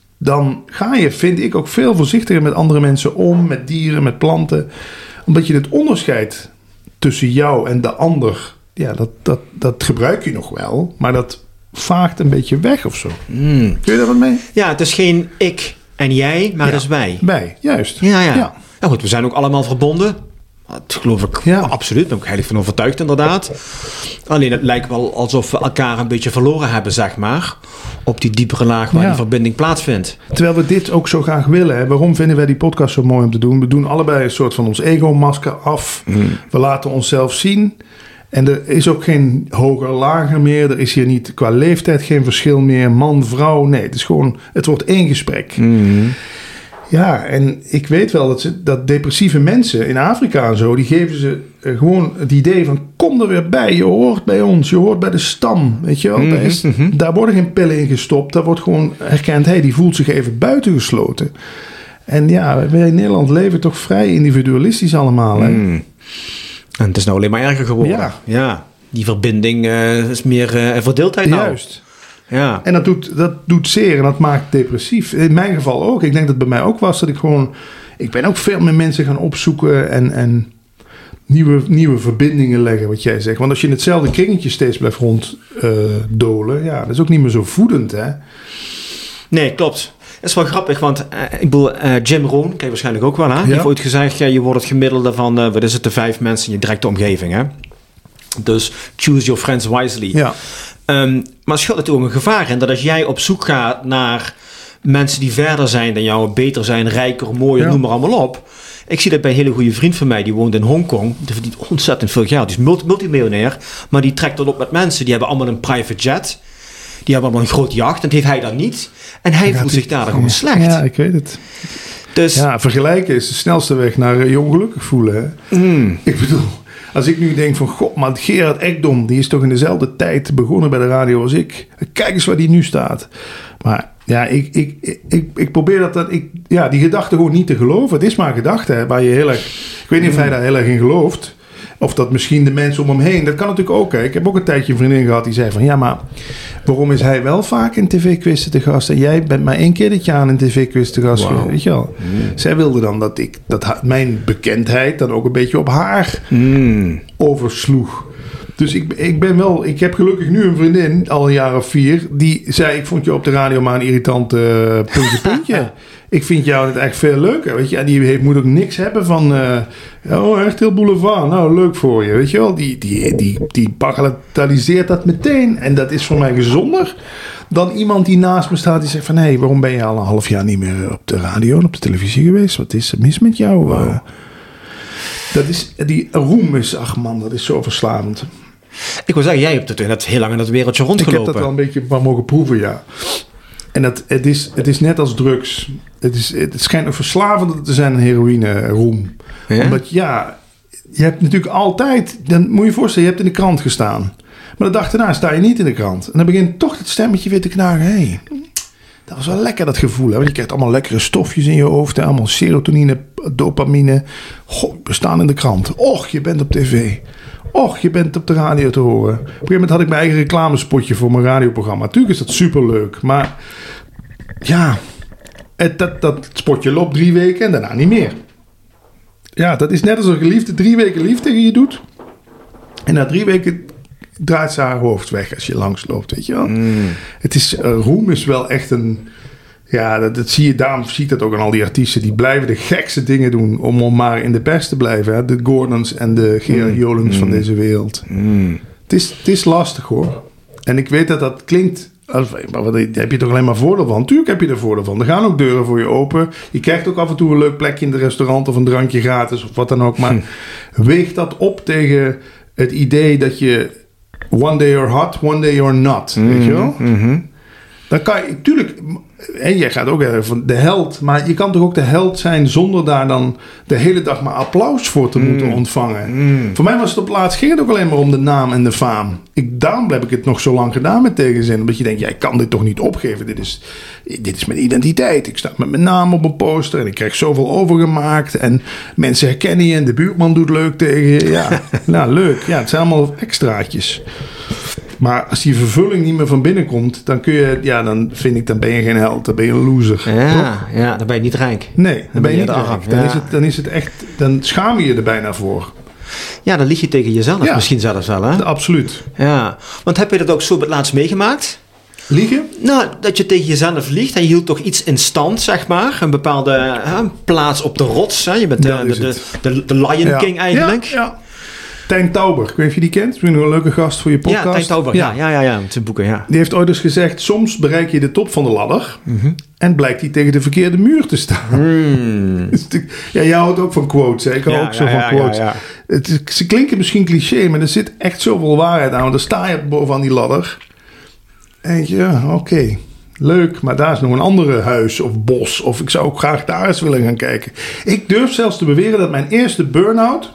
Dan ga je, vind ik, ook veel voorzichtiger met andere mensen om, met dieren, met planten. Omdat je het onderscheid tussen jou en de ander, ja dat, dat, dat gebruik je nog wel, maar dat vaagt een beetje weg of zo. Mm. Kun je daar wat mee? Ja, het is geen ik en jij, maar ja, het is wij. Wij, juist. Ja, ja. ja. Nou goed, we zijn ook allemaal verbonden. Dat geloof ik ja. absoluut. Daar ben ik heilig van overtuigd inderdaad. Alleen het lijkt wel alsof we elkaar een beetje verloren hebben, zeg maar. Op die diepere laag waar ja. die verbinding plaatsvindt. Terwijl we dit ook zo graag willen. Hè? Waarom vinden wij die podcast zo mooi om te doen? We doen allebei een soort van ons ego-masker af. Mm. We laten onszelf zien. En er is ook geen hoger, lager meer. Er is hier niet qua leeftijd geen verschil meer. Man, vrouw. Nee, het is gewoon, het wordt één gesprek. Mm-hmm. Ja, en ik weet wel dat, ze, dat depressieve mensen in Afrika en zo, die geven ze uh, gewoon het idee van, kom er weer bij. Je hoort bij ons. Je hoort bij de stam. Weet je wel? Mm-hmm. Daar, is, daar worden geen pillen in gestopt. Daar wordt gewoon herkend, hey, die voelt zich even buitengesloten. En ja, wij in Nederland leven toch vrij individualistisch allemaal, hè? Mm. En het is nou alleen maar erger geworden. Ja. ja die verbinding uh, is meer uh, verdeeldheid nou. Juist. Ja. En dat doet, dat doet zeer en dat maakt depressief. In mijn geval ook. Ik denk dat het bij mij ook was dat ik gewoon... Ik ben ook veel meer mensen gaan opzoeken en, en nieuwe, nieuwe verbindingen leggen, wat jij zegt. Want als je in hetzelfde kringetje steeds blijft ronddolen, uh, ja, dat is ook niet meer zo voedend, hè? Nee, klopt. Dat is wel grappig, want uh, ik bedoel, uh, Jim Rohn, ken je waarschijnlijk ook wel, hè? Ja. Die heeft ooit gezegd, ja, je wordt het gemiddelde van, uh, wat is het, de vijf mensen in je directe omgeving, hè? Dus choose your friends wisely. Ja. Um, maar er schuilt natuurlijk ook een gevaar in, dat als jij op zoek gaat naar mensen die verder zijn dan jou, beter zijn, rijker, mooier, ja. noem maar allemaal op. Ik zie dat bij een hele goede vriend van mij, die woont in Hongkong. Die verdient ontzettend veel geld. Die is multi- multimiljonair, maar die trekt dat op met mensen. Die hebben allemaal een private jet. Die hebben allemaal een groot jacht. En dat heeft hij dan niet. En hij voelt zich daar gewoon slecht. Ja, ik weet het. Dus, ja, vergelijken is de snelste weg naar uh, je ongelukkig voelen. Hè? Mm. Ik bedoel, als ik nu denk van... God, maar Gerard Ekdom, die is toch in dezelfde tijd begonnen bij de radio als ik. Kijk eens waar die nu staat. Maar ja, ik, ik, ik, ik, ik probeer dat... dat ik, ja, die gedachte gewoon niet te geloven. Het is maar een gedachte, hè, waar je heel erg... Ik weet niet of hij daar heel erg in gelooft. Of dat misschien de mensen om hem heen... Dat kan natuurlijk ook. Hè. Ik heb ook een tijdje een vriendin gehad die zei van... Ja, maar Waarom is hij wel vaak in tv-quizzen te gast en jij bent maar één keer dit jaar in tv-quiz te gast? Wow. Weet je wel? Mm. Zij wilde dan dat ik dat ha- mijn bekendheid dan ook een beetje op haar mm. oversloeg. Dus ik, ik ben wel, ik heb gelukkig nu een vriendin, al een jaar of vier, die zei, ik vond je op de radio maar een irritante uh, puntje puntje. Ik vind jou het echt veel leuker, weet je. En die heeft, moet ook niks hebben van, uh, oh, echt heel boulevard, nou, leuk voor je, weet je wel. Die, die, die, die bagatelliseert dat meteen. En dat is voor mij gezonder dan iemand die naast me staat die zegt van, hé, hey, waarom ben je al een half jaar niet meer op de radio en op de televisie geweest? Wat is er mis met jou? Wow. Uh, dat is, die roem is, ach man, dat is zo verslavend. Ik wil zeggen, jij hebt het net heel lang in dat wereldje rondgelopen. Ik heb dat wel een beetje maar mogen proeven, ja. En dat, het, is, het is net als drugs. Het, is, het schijnt ook verslavender te zijn dan heroïne, roem. Ja? Omdat, ja, je hebt natuurlijk altijd... Dan moet je je voorstellen, je hebt in de krant gestaan. Maar de dag daarna sta je niet in de krant. En dan begint toch het stemmetje weer te knagen. Hé, hey, dat was wel lekker, dat gevoel. Hè? Want je krijgt allemaal lekkere stofjes in je hoofd. Hè? Allemaal serotonine, dopamine. Goh, we staan in de krant. Och, je bent op tv. Och, je bent op de radio te horen. Op een gegeven moment had ik mijn eigen reclamespotje voor mijn radioprogramma. Natuurlijk is dat superleuk. Maar ja, het, dat, dat spotje loopt drie weken en daarna niet meer. Ja, dat is net als een geliefde drie weken lief tegen je doet. En na drie weken draait ze haar hoofd weg als je langs loopt, weet je wel. Mm. Het is, uh, roem is wel echt een... Ja, dat, dat zie je, daarom zie ik dat ook aan al die artiesten. Die blijven de gekste dingen doen om, om maar in de pers te blijven. Hè? De Gordons en de Gerard mm. Jolings mm. van deze wereld. Mm. Het, is, het is lastig hoor. En ik weet dat dat klinkt... Maar daar heb je toch alleen maar voordeel van? Tuurlijk heb je er voordeel van. Er gaan ook deuren voor je open. Je krijgt ook af en toe een leuk plekje in het restaurant of een drankje gratis of wat dan ook. Maar hm. weeg dat op tegen het idee dat je one day you're hot, one day you're not. Mm-hmm. Weet je wel? Mm-hmm. Dan kan je, tuurlijk, en jij gaat ook van de held, maar je kan toch ook de held zijn zonder daar dan de hele dag maar applaus voor te mm. moeten ontvangen. Mm. Voor mij was het op laatst, ging het ook alleen maar om de naam en de faam. Ik, daarom heb ik het nog zo lang gedaan met tegenzin, omdat je denkt, jij kan dit toch niet opgeven. Dit is, dit is mijn identiteit. Ik sta met mijn naam op een poster en ik krijg zoveel overgemaakt en mensen herkennen je en de buurman doet leuk tegen je. Ja, nou leuk. Ja, het zijn allemaal extraatjes. Maar als die vervulling niet meer van binnen komt, dan kun je, ja, dan vind ik, dan ben je geen held, dan ben je een loser. Ja, ja, dan ben je niet rijk. Nee, dan, dan ben je, je niet rijk. Dan, ja. is het, dan is het echt, dan schaam je je er bijna voor. Ja, dan lieg je tegen jezelf ja. misschien zelfs wel, hè? Absoluut. Ja, want heb je dat ook zo het laatst meegemaakt? Liegen? Nou, dat je tegen jezelf liegt. En je hield toch iets in stand, zeg maar. Een bepaalde hè, plaats op de rots. Hè? Je bent de, de, de, de, de Lion ja. King eigenlijk. Ja, ja. Tijn Tauber, ik weet niet of je die kent. Misschien een leuke gast voor je podcast. Ja, Tijn Tauber, ja, ja, ja, ja, met zijn boeken, ja. Die heeft ooit eens gezegd, soms bereik je de top van de ladder mm-hmm. en blijkt hij tegen de verkeerde muur te staan. Mm. Ja, jij houdt ook van quotes, hè? Ik hou ja, ook zo ja, van ja, quotes. Ja, ja. Het is, ze klinken misschien cliché, maar er zit echt zoveel waarheid aan. Want dan sta je bovenaan die ladder en denk je, ja, oké, okay, leuk, maar daar is nog een andere huis of bos. Of ik zou ook graag daar eens willen gaan kijken. Ik durf zelfs te beweren dat mijn eerste burn-out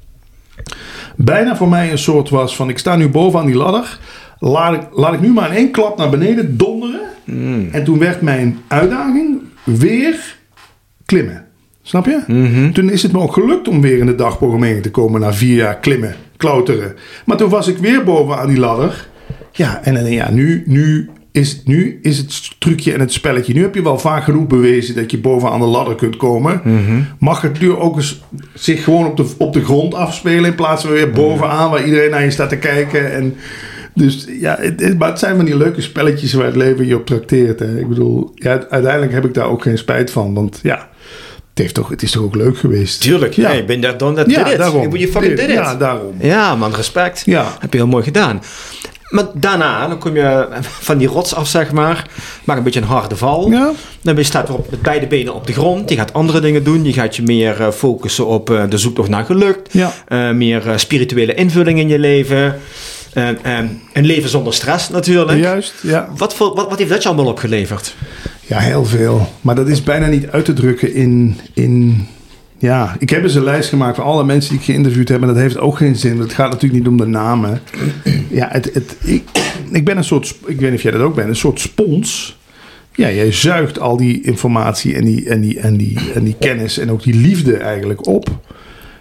bijna voor mij een soort was van, ik sta nu bovenaan die ladder, laat ik, laat ik nu maar in één klap naar beneden donderen. Mm. En toen werd mijn uitdaging weer klimmen. Snap je? Mm-hmm. Toen is het me ook gelukt om weer in de dagprogrammering te komen na vier jaar klimmen, klauteren. Maar toen was ik weer bovenaan die ladder. Ja, en, en ja, nu, nu, is, nu is het trucje en het spelletje. Nu heb je wel vaak genoeg bewezen dat je bovenaan de ladder kunt komen. Mm-hmm. Mag het nu ook eens zich gewoon op de, op de grond afspelen in plaats van weer bovenaan waar iedereen naar je staat te kijken. En dus ja, het, maar het zijn van die leuke spelletjes waar het leven je op trakteert. Hè. Ik bedoel, ja, uiteindelijk heb ik daar ook geen spijt van, want ja, het, heeft toch, het is toch ook leuk geweest. Tuurlijk, ja. Hey, ben daar dan dat ja, did it. Daarom. Je fucking did it. Ja, daarom. Ja, man, respect. Ja. Heb je heel mooi gedaan. Maar daarna, dan kom je van die rots af, zeg maar. Maak een beetje een harde val. Ja. Dan ben je staat weer op, met beide benen op de grond. Je gaat andere dingen doen. Je gaat je meer uh, focussen op uh, de zoektocht naar geluk. Ja. Uh, meer uh, spirituele invulling in je leven. Uh, uh, een leven zonder stress natuurlijk. Juist, ja. Wat, voor, wat, wat heeft dat je allemaal opgeleverd? Ja, heel veel. Maar dat is bijna niet uit te drukken in... in ja, ik heb eens een lijst gemaakt van alle mensen die ik geïnterviewd heb. En dat heeft ook geen zin. Het gaat natuurlijk niet om de namen. Ja, het, het, ik, ik ben een soort... Ik weet niet of jij dat ook bent. Een soort spons. Ja, jij zuigt al die informatie en die, en die, en die, en die kennis en ook die liefde eigenlijk op.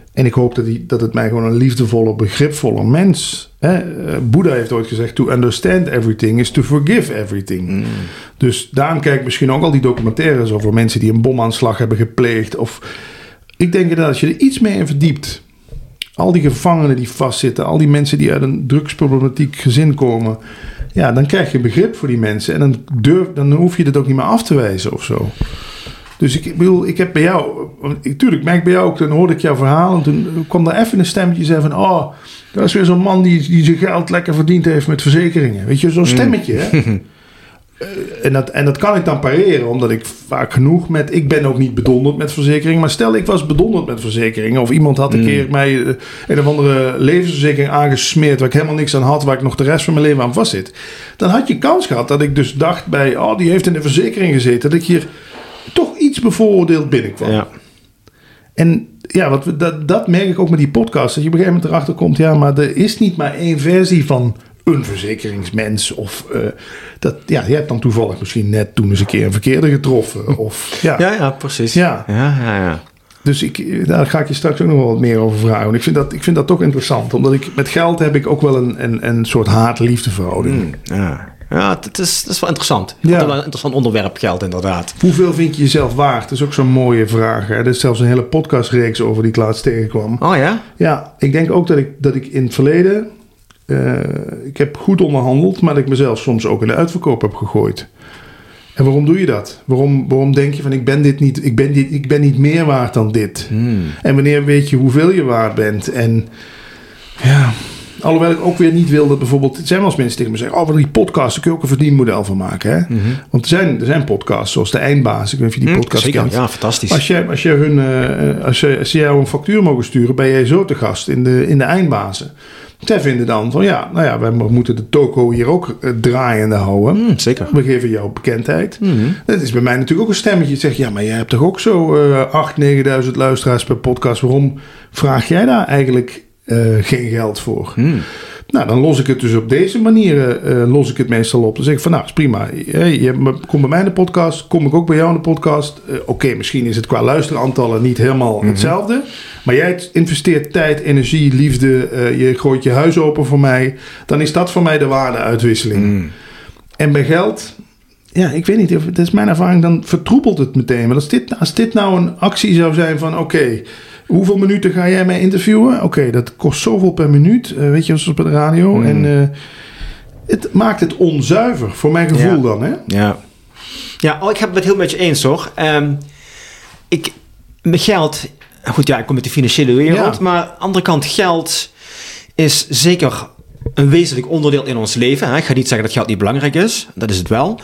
En ik hoop dat, die, dat het mij gewoon een liefdevolle, begripvolle mens... Hè? Boeddha heeft ooit gezegd... To understand everything is to forgive everything. Mm. Dus daarom kijk ik misschien ook al die documentaires... over mensen die een bomaanslag hebben gepleegd. Of ik denk dat als je er iets meer in verdiept... al die gevangenen die vastzitten... al die mensen die uit een drugsproblematiek gezin komen... ja, dan krijg je begrip voor die mensen... en dan, durf, dan hoef je het ook niet meer af te wijzen of zo... Dus ik bedoel, ik heb bij jou... Tuurlijk, merk bij jou ook, dan hoorde ik jouw verhaal... en toen kwam er even een stemmetje... zei van, oh, dat is weer zo'n man... die, die zijn geld lekker verdiend heeft met verzekeringen. Weet je, zo'n stemmetje, hè? uh, en, dat, en dat kan ik dan pareren... omdat ik vaak genoeg met... ik ben ook niet bedonderd met verzekeringen... maar stel, ik was bedonderd met verzekeringen... of iemand had een mm. keer mij... Uh, een of andere levensverzekering aangesmeerd... waar ik helemaal niks aan had... waar ik nog de rest van mijn leven aan vastzit... dan had je kans gehad dat ik dus dacht bij... oh, die heeft in de verzekering gezeten... dat ik hier... toch iets bevooroordeeld binnenkwam. Ja. En ja, wat we, dat, dat merk ik ook met die podcast. Dat je op een gegeven moment erachter komt... ja, maar er is niet maar één versie van een verzekeringsmens. Of uh, dat, ja, je hebt dan toevallig misschien net toen eens een keer een verkeerde getroffen. Of, ja. ja, ja, precies. Ja. Ja, ja, ja. Dus ik, daar ga ik je straks ook nog wel wat meer over vragen. Want ik vind dat, ik vind dat toch interessant. Omdat ik met geld heb ik ook wel een, een, een soort haat-liefde verhouding. Mm, ja. Ja, het is, het is wel interessant. Ja. Het is wel een interessant onderwerp, geld inderdaad. Hoeveel vind je jezelf waard? Dat is ook zo'n mooie vraag. Hè? Er is zelfs een hele podcastreeks over die ik laatst tegenkwam. Oh ja? Ja, ik denk ook dat ik, dat ik in het verleden... Uh, ik heb goed onderhandeld... maar dat ik mezelf soms ook in de uitverkoop heb gegooid. En waarom doe je dat? Waarom, waarom denk je van ik ben dit niet... ik ben, dit, ik ben niet meer waard dan dit? Hmm. En wanneer weet je hoeveel je waard bent? En ja... Alhoewel ik ook weer niet wil dat bijvoorbeeld... Er zijn wel eens mensen tegen me zeggen... oh, wat die podcast, daar kun je ook een verdienmodel van maken. Hè? Mm-hmm. Want er zijn, er zijn podcasts zoals de Eindbaas. Ik weet niet of je die podcast mm, zeker, kent. Ja, fantastisch. Als, jij, als, jij hun, uh, als, je, als ze jou een factuur mogen sturen... ben jij zo te gast in de, in de Eindbazen. Zij vinden dan van ja, nou ja... wij moeten de toko hier ook uh, draaiende houden. Mm, zeker. We geven jou bekendheid. Mm-hmm. Dat is bij mij natuurlijk ook een stemmetje. Je zegt, ja, maar jij hebt toch ook zo uh, acht, negenduizend luisteraars per podcast. Waarom vraag jij daar eigenlijk... Uh, geen geld voor. Hmm. Nou, dan los ik het dus op deze manier uh, los ik het meestal op. Dan zeg ik van, nou, is prima. Je, je kom bij mij in de podcast, kom ik ook bij jou in de podcast. Uh, Oké, okay, misschien is het qua luisteraantallen niet helemaal mm-hmm. hetzelfde. Maar jij investeert tijd, energie, liefde. Uh, je gooit je huis open voor mij. Dan is dat voor mij de waardeuitwisseling. Mm. En bij geld... Ja, ik weet niet. Dat is mijn ervaring. Dan vertroebelt het meteen. Maar als dit, als dit nou een actie zou zijn van... Oké, okay, hoeveel minuten ga jij mij interviewen? Oké, okay, dat kost zoveel per minuut. Uh, weet je, zoals bij de radio. Mm. En uh, het maakt het onzuiver. Voor mijn gevoel ja. dan, hè? Ja. Ja, oh, ik heb het heel met je eens, hoor. Um, ik, met geld... Goed, ja, ik kom uit de financiële wereld. Ja. Maar aan de andere kant, geld is zeker... een wezenlijk onderdeel in ons leven. Hè? Ik ga niet zeggen dat geld niet belangrijk is. Dat is het wel.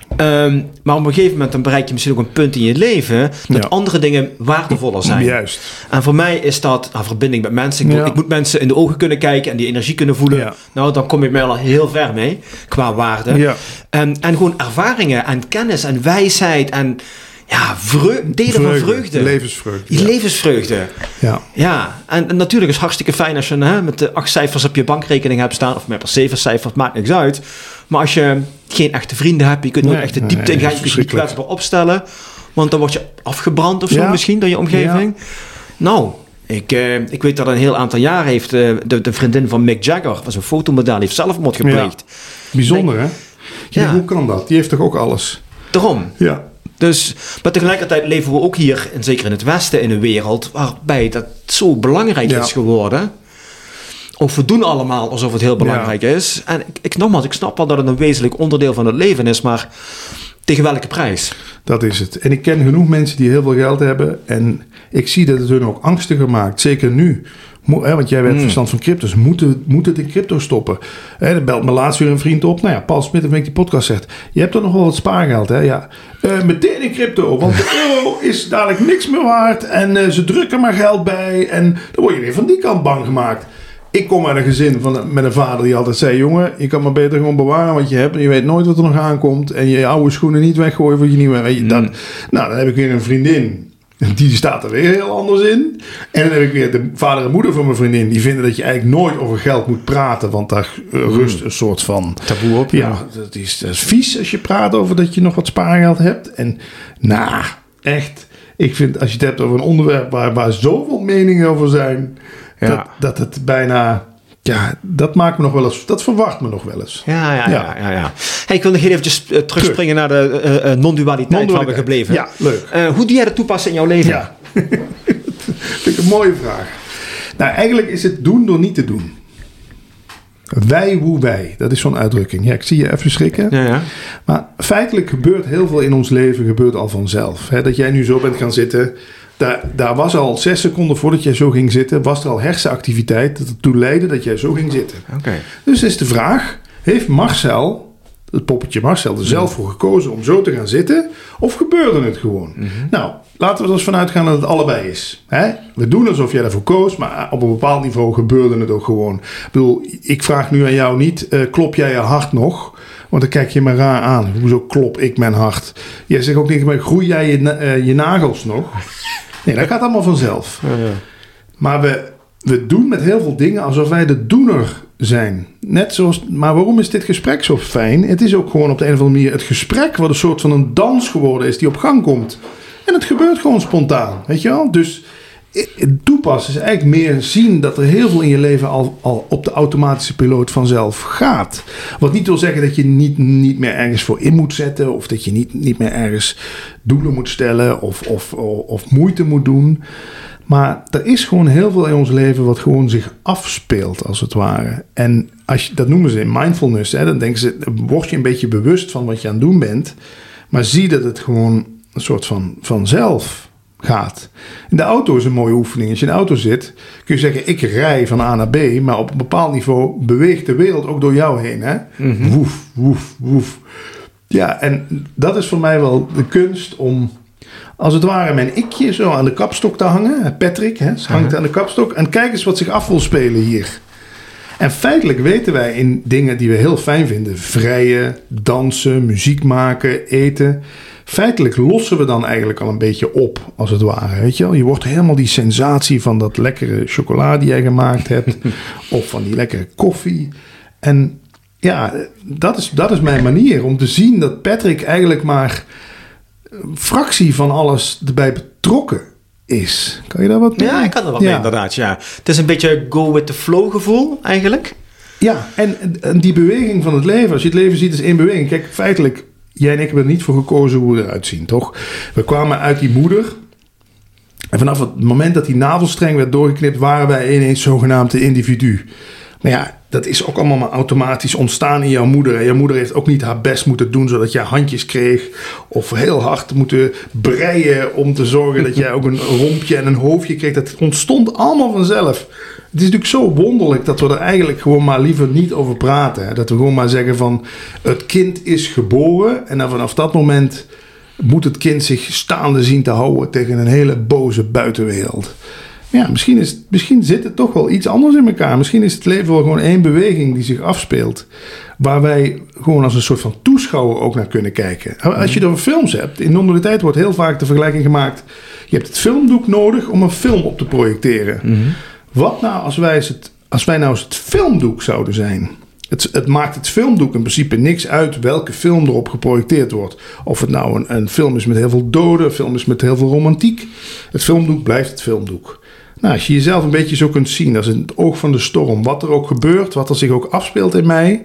Um, maar op een gegeven moment dan bereik je misschien ook een punt in je leven... dat ja. andere dingen waardevoller zijn. Juist. En voor mij is dat een verbinding met mensen. Ik, ja. moet, ik moet mensen in de ogen kunnen kijken... en die energie kunnen voelen. Ja. Nou, dan kom ik mij al heel ver mee. Qua waarde. Ja. En, en gewoon ervaringen en kennis en wijsheid... en ja, vreu- delen vreugde, van vreugde. Levensvreugde. Ja. Levensvreugde. Ja. Ja, en, en natuurlijk is het hartstikke fijn als je hè, met de acht cijfers op je bankrekening hebt staan, of met maar zeven cijfers, maakt niks uit. Maar als je geen echte vrienden hebt, je kunt nooit nee, echt de diepte nee, in gaan, je kunt je niet kwetsbaar opstellen, want dan word je afgebrand of zo ja. misschien door je omgeving. Ja. Nou, ik, uh, ik weet dat een heel aantal jaren heeft uh, de, de vriendin van Mick Jagger, was een fotomodel, heeft zelfmoord gepleegd. Ja. Bijzonder, Denk, hè? Ja, ja. Hoe kan dat? Die heeft toch ook alles? Daarom. Ja. Dus, maar tegelijkertijd leven we ook hier, en zeker in het Westen, in een wereld waarbij dat zo belangrijk ja. is geworden. Of we doen allemaal alsof het heel belangrijk ja. is. En ik, ik, nogmaals, ik snap wel dat het een wezenlijk onderdeel van het leven is, maar tegen welke prijs? Dat is het. En ik ken genoeg mensen die heel veel geld hebben en ik zie dat het hun ook angstiger maakt. Zeker nu. Mo- hè, want jij hebt mm. verstand van crypto's. Moet het, moet het in crypto stoppen? Hè, dan belt me laatst weer een vriend op. Nou ja, Paul Smit, van die podcast zegt. Je hebt toch nog wel wat spaargeld, hè? Ja. Uh, meteen in crypto. Want de euro is dadelijk niks meer waard. En uh, ze drukken maar geld bij. En dan word je weer van die kant bang gemaakt. Ik kom uit een gezin van, met een vader die altijd zei... jongen, je kan maar beter gewoon bewaren wat je hebt... en je weet nooit wat er nog aankomt... en je oude schoenen niet weggooien voor je nieuwe... Weet je, mm. dat, nou, dan heb ik weer een vriendin... die staat er weer heel anders in. En dan heb ik weer de vader en moeder van mijn vriendin... die vinden dat je eigenlijk nooit over geld moet praten... want daar uh, rust een soort van... taboe op. Ja, ja dat, is, dat is vies als je praat over dat je nog wat spaargeld hebt. En nou, echt... ik vind, als je het hebt over een onderwerp waar, waar zoveel meningen over zijn, ja. dat, dat het bijna... Ja, dat maakt me nog wel eens... Dat verwacht me nog wel eens. Ja, ja, ja. ja, ja. Hey, ik wil nog heel eventjes uh, terugspringen Terug. naar de uh, uh, non-dualiteit, non-dualiteit waar we gebleven. Ja, leuk. Uh, hoe doe jij dat toepassen in jouw leven? Ja, vind ik een mooie vraag. Nou, eigenlijk is het doen door niet te doen. Wij, woe, wij. Dat is zo'n uitdrukking. Ja, ik zie je even schrikken. Ja, ja. Maar feitelijk gebeurt heel veel in ons leven gebeurt al vanzelf. He, dat jij nu zo bent gaan zitten... Daar, daar was al zes seconden voordat jij zo ging zitten... was er al hersenactiviteit dat ertoe leidde dat jij zo ging zitten. Okay. Dus is de vraag... heeft Marcel, het poppetje Marcel, er zelf voor gekozen om zo te gaan zitten... of gebeurde het gewoon? Mm-hmm. Nou, laten we er dus vanuit gaan dat het allebei is. Hè? We doen alsof jij daarvoor koos... maar op een bepaald niveau gebeurde het ook gewoon. Ik bedoel, ik vraag nu aan jou niet... Uh, klop jij je hart nog... Want dan kijk je me raar aan. Hoezo klop ik mijn hart? Jij zegt ook niet meer, groei jij je, uh, je nagels nog? Nee, dat gaat allemaal vanzelf. Ja, ja. Maar we, we doen met heel veel dingen alsof wij de doener zijn. Net zoals, maar waarom is dit gesprek zo fijn? Het is ook gewoon op de een of andere manier het gesprek... wat een soort van een dans geworden is die op gang komt. En het gebeurt gewoon spontaan. Weet je wel? Dus het toepassen is eigenlijk meer zien dat er heel veel in je leven al, al op de automatische piloot vanzelf gaat. Wat niet wil zeggen dat je niet, niet meer ergens voor in moet zetten. Of dat je niet, niet meer ergens doelen moet stellen. Of, of, of, of moeite moet doen. Maar er is gewoon heel veel in ons leven wat gewoon zich afspeelt als het ware. En als je, dat noemen ze in mindfulness. Hè, dan denken ze, word je een beetje bewust van wat je aan het doen bent. Maar zie dat het gewoon een soort van vanzelf gaat. In de auto is een mooie oefening. Als je in de auto zit, kun je zeggen, ik rij van A naar B, maar op een bepaald niveau beweegt de wereld ook door jou heen. Hè? Mm-hmm. Woef, woef, woef. Ja, en dat is voor mij wel de kunst om, als het ware, mijn ikje zo aan de kapstok te hangen. Patrick hè, hangt uh-huh. aan de kapstok. En kijk eens wat zich af wil spelen hier. En feitelijk weten wij in dingen die we heel fijn vinden, vrijen, dansen, muziek maken, eten... Feitelijk lossen we dan eigenlijk al een beetje op, als het ware. Weet je wel? Je wordt helemaal die sensatie van dat lekkere chocola die jij gemaakt hebt. Of van die lekkere koffie. En ja, dat is, dat is mijn manier om te zien dat Patrick eigenlijk maar een fractie van alles erbij betrokken is. Kan je daar wat mee? Ja, ik kan er wat ja. mee inderdaad, ja. Het is een beetje go with the flow gevoel eigenlijk. Ja, en, en die beweging van het leven. Als je het leven ziet als één beweging. Kijk, feitelijk... Jij en ik hebben er niet voor gekozen hoe we eruit zien, toch? We kwamen uit die moeder. En vanaf het moment dat die navelstreng werd doorgeknipt... waren wij ineens zogenaamd een individu. Maar ja, dat is ook allemaal maar automatisch ontstaan in jouw moeder. En jouw moeder heeft ook niet haar best moeten doen... zodat jij handjes kreeg. Of heel hard moeten breien om te zorgen... dat jij ook een rompje en een hoofdje kreeg. Dat ontstond allemaal vanzelf. Het is natuurlijk zo wonderlijk dat we er eigenlijk gewoon maar liever niet over praten. Hè? Dat we gewoon maar zeggen van het kind is geboren en dan vanaf dat moment moet het kind zich staande zien te houden tegen een hele boze buitenwereld. Ja, misschien, is, misschien zit het toch wel iets anders in elkaar. Misschien is het leven wel gewoon één beweging die zich afspeelt. Waar wij gewoon als een soort van toeschouwer ook naar kunnen kijken. Als je het over films hebt, in non-dualiteit wordt heel vaak de vergelijking gemaakt. Je hebt het filmdoek nodig om een film op te projecteren. Mm-hmm. Wat nou als wij, het, als wij nou eens het filmdoek zouden zijn? Het, het maakt het filmdoek in principe niks uit welke film erop geprojecteerd wordt. Of het nou een, een film is met heel veel doden, een film is met heel veel romantiek. Het filmdoek blijft het filmdoek. Nou, als je jezelf een beetje zo kunt zien als in het oog van de storm. Wat er ook gebeurt, wat er zich ook afspeelt in mij.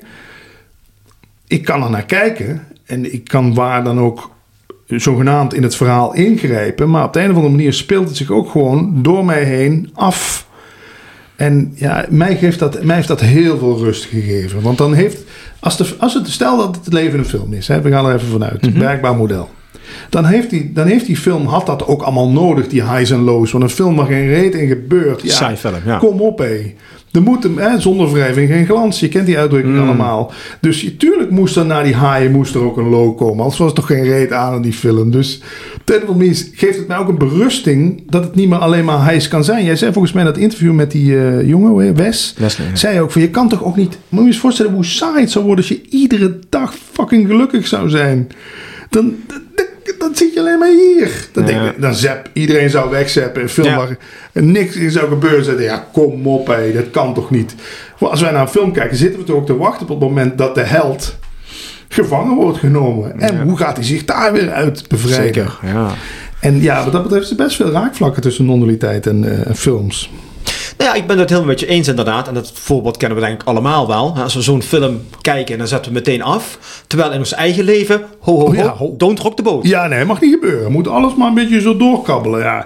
Ik kan er naar kijken en ik kan waar dan ook zogenaamd in het verhaal ingrijpen. Maar op de een of andere manier speelt het zich ook gewoon door mij heen af. En ja, mij, geeft dat, mij heeft dat heel veel rust gegeven. Want dan heeft, als, de, als het, stel dat het leven een film is, hè, we gaan er even vanuit, mm-hmm. werkbaar model. Dan heeft, die, dan heeft die film, had dat ook allemaal nodig, die highs en lows. Want een film waar geen reet in gebeurt. Ja, saai film, ja. Kom op, hé. Er moet hem, hè, zonder wrijving geen glans. Je kent die uitdrukking mm. allemaal. Dus je, tuurlijk moest er na die high moest er ook een low komen. Anders was er toch geen reet aan in die film. Dus op de een of andere manier geeft het mij ook een berusting dat het niet meer alleen maar highs kan zijn. Jij zei volgens mij in dat interview met die uh, jongen, Wes. Wesley, ja. Zei je ook van, je kan toch ook niet... Moet je eens voorstellen hoe saai het zou worden als je iedere dag fucking gelukkig zou zijn. Dan... Dan zit je alleen maar hier. Dan, ja. denk ik, dan zap, iedereen zou wegzappen. Een film ja. waar niks in zou gebeuren. Zeggen, ja, kom op, hé, dat kan toch niet. Als wij naar een film kijken, zitten we toch ook te wachten op het moment dat de held gevangen wordt genomen. En ja. hoe gaat hij zich daar weer uit bevrijden? Zeker, ja. En ja, wat dat betreft is er best veel raakvlakken tussen non-dualiteit en uh, films. Nou ja, ik ben het helemaal met je eens inderdaad. En dat voorbeeld kennen we denk ik allemaal wel. Als we zo'n film kijken, dan zetten we meteen af. Terwijl in ons eigen leven, ho ho ho, oh ja, ho. Don't rock the boat. Ja, nee, mag niet gebeuren. Moet alles maar een beetje zo doorkabbelen, ja.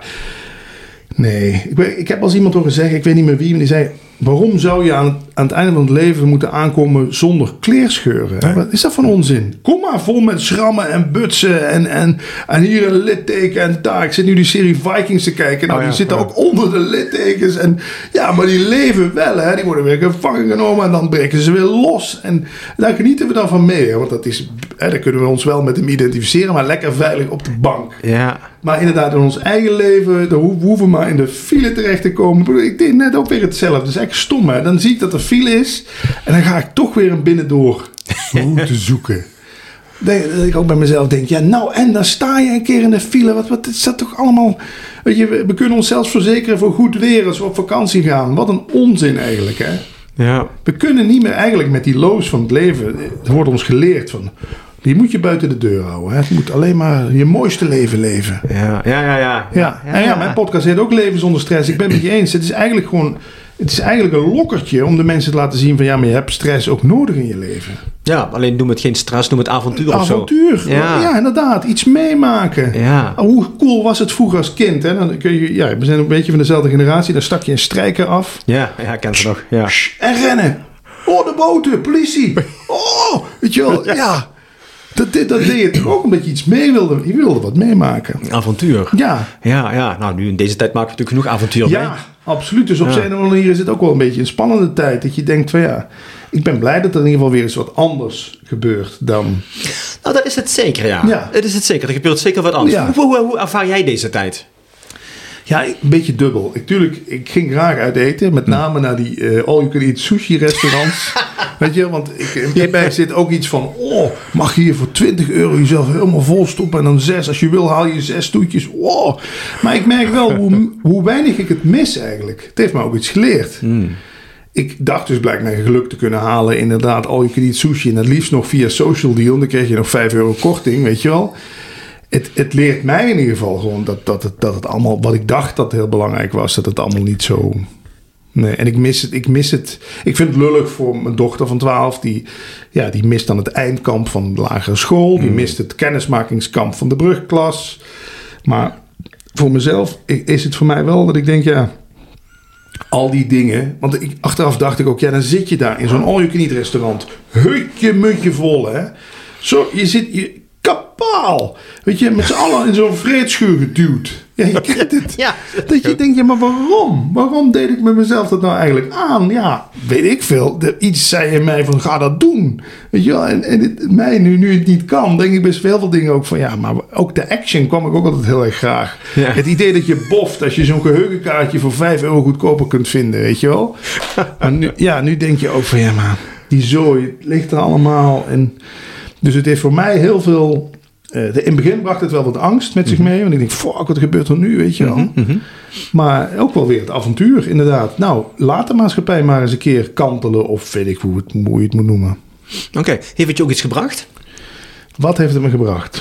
Nee, ik, ben, ik heb als iemand horen zeggen, ik weet niet meer wie, maar die zei... Waarom zou je aan het, aan het einde van het leven moeten aankomen zonder kleerscheuren? Nee. Wat is dat van onzin? Kom maar vol met schrammen en butsen en, en, en hier een litteken en daar. Ik zit nu die serie Vikings te kijken. Nou, oh ja, die zitten ja. ook onder de littekens. En, ja, maar die leven wel, hè. Die worden weer gevangen genomen en dan breken ze weer los. En daar genieten we dan van mee. Hè? Want dat is, hè, daar kunnen we ons wel met hem identificeren, maar lekker veilig op de bank. Ja. Maar inderdaad, in ons eigen leven, we hoeven maar in de file terecht te komen. Ik deed net ook weer hetzelfde. Dat is echt stom, hè. Dan zie ik dat er file is en dan ga ik toch weer een binnendoor route zoeken. Dat ik ook bij mezelf denk, ja nou en dan sta je een keer in de file. Wat, wat is dat toch allemaal? Weet je, we, we kunnen ons zelfs verzekeren voor goed weer als we op vakantie gaan. Wat een onzin eigenlijk, hè. Ja. We kunnen niet meer eigenlijk met die loos van het leven. Er wordt ons geleerd van... Die moet je buiten de deur houden. Hè? Je moet alleen maar je mooiste leven leven. Ja, ja, ja. ja. ja. En ja, mijn podcast heet ook Leven zonder stress. Ik ben het met je eens. Het is eigenlijk gewoon... Het is eigenlijk een lokkertje om de mensen te laten zien van... Ja, maar je hebt stress ook nodig in je leven. Ja, alleen noem het geen stress, noem het avontuur of avontuur. zo. Ja. ja, inderdaad. Iets meemaken. Ja. Hoe cool was het vroeger als kind? Hè? Dan kun je, ja, we zijn een beetje van dezelfde generatie. Dan stak je een strijker af. Ja, ja, ik ken ze nog. Ja. En rennen. Oh, de boten, politie. Oh, weet je wel. Ja. ja. Dat, dat, dat deed je toch ook omdat je iets mee wilde. Je wilde wat meemaken. Avontuur. Ja. Ja, ja. Nou, nu in deze tijd maken we natuurlijk genoeg avontuur ja, mee. Ja, absoluut. Dus op ja. zijn manier is het ook wel een beetje een spannende tijd. Dat je denkt van ja, ik ben blij dat er in ieder geval weer eens wat anders gebeurt dan... Nou, dat is het zeker, ja. ja. Dat is het zeker. Er gebeurt zeker wat anders. Ja. Hoe, hoe, hoe ervaar jij deze tijd? Ja, een beetje dubbel. Ik, tuurlijk, ik ging graag uit eten. Met name naar die uh, all-you-can-eat sushi-restaurants. Weet je, want ik, in mij zit ook iets van... Oh, mag je hier voor twintig euro jezelf helemaal vol stoppen... en dan zes. Als je wil, haal je zes toetjes. Wow. Maar ik merk wel hoe, hoe weinig ik het mis eigenlijk. Het heeft me ook iets geleerd. Mm. Ik dacht dus blijkbaar mijn geluk te kunnen halen... inderdaad, all-you-can-eat sushi... en het liefst nog via Social Deal. Dan kreeg je nog vijf euro korting, weet je wel... Het, het leert mij in ieder geval gewoon dat, dat, het, dat het allemaal, wat ik dacht dat heel belangrijk was, dat het allemaal niet zo... Nee, en ik mis het, ik mis het. Ik vind het lullig voor mijn dochter van twaalf, die, ja, die mist dan het eindkamp van de lagere school, die mist het kennismakingskamp van de brugklas. Maar voor mezelf is het voor mij wel dat ik denk, ja, al die dingen, want ik, achteraf dacht ik ook, ja, dan zit je daar in zo'n all-you-can-eat restaurant, hutje mutje vol, hè. Zo, je zit... Je, kapaal. Weet je, met z'n allen in zo'n vreedschuur geduwd. Ja, je kent het. Ja, dat je denkt, ja, maar waarom? Waarom deed ik met mezelf dat nou eigenlijk aan? Ja, weet ik veel. De, iets zei in mij van, ga dat doen. Weet je wel, en, en het, mij nu, nu het niet kan, denk ik best veel veel dingen ook van, ja, maar ook de action kwam ik ook altijd heel erg graag. Ja. Het idee dat je boft als je zo'n geheugenkaartje voor vijf euro goedkoper kunt vinden, weet je wel. Maar nu, ja, nu denk je ook van, ja, maar die zooi, het ligt er allemaal en... Dus het heeft voor mij heel veel... Uh, de, in het begin bracht het wel wat angst met zich mee. Want ik denk, fuck, wat gebeurt er nu, weet je wel. Mm-hmm. Maar ook wel weer het avontuur, inderdaad. Nou, laat de maatschappij maar eens een keer kantelen. Of weet ik hoe, het, hoe je het moet noemen. Oké, okay. Heeft het je ook iets gebracht? Wat heeft het me gebracht?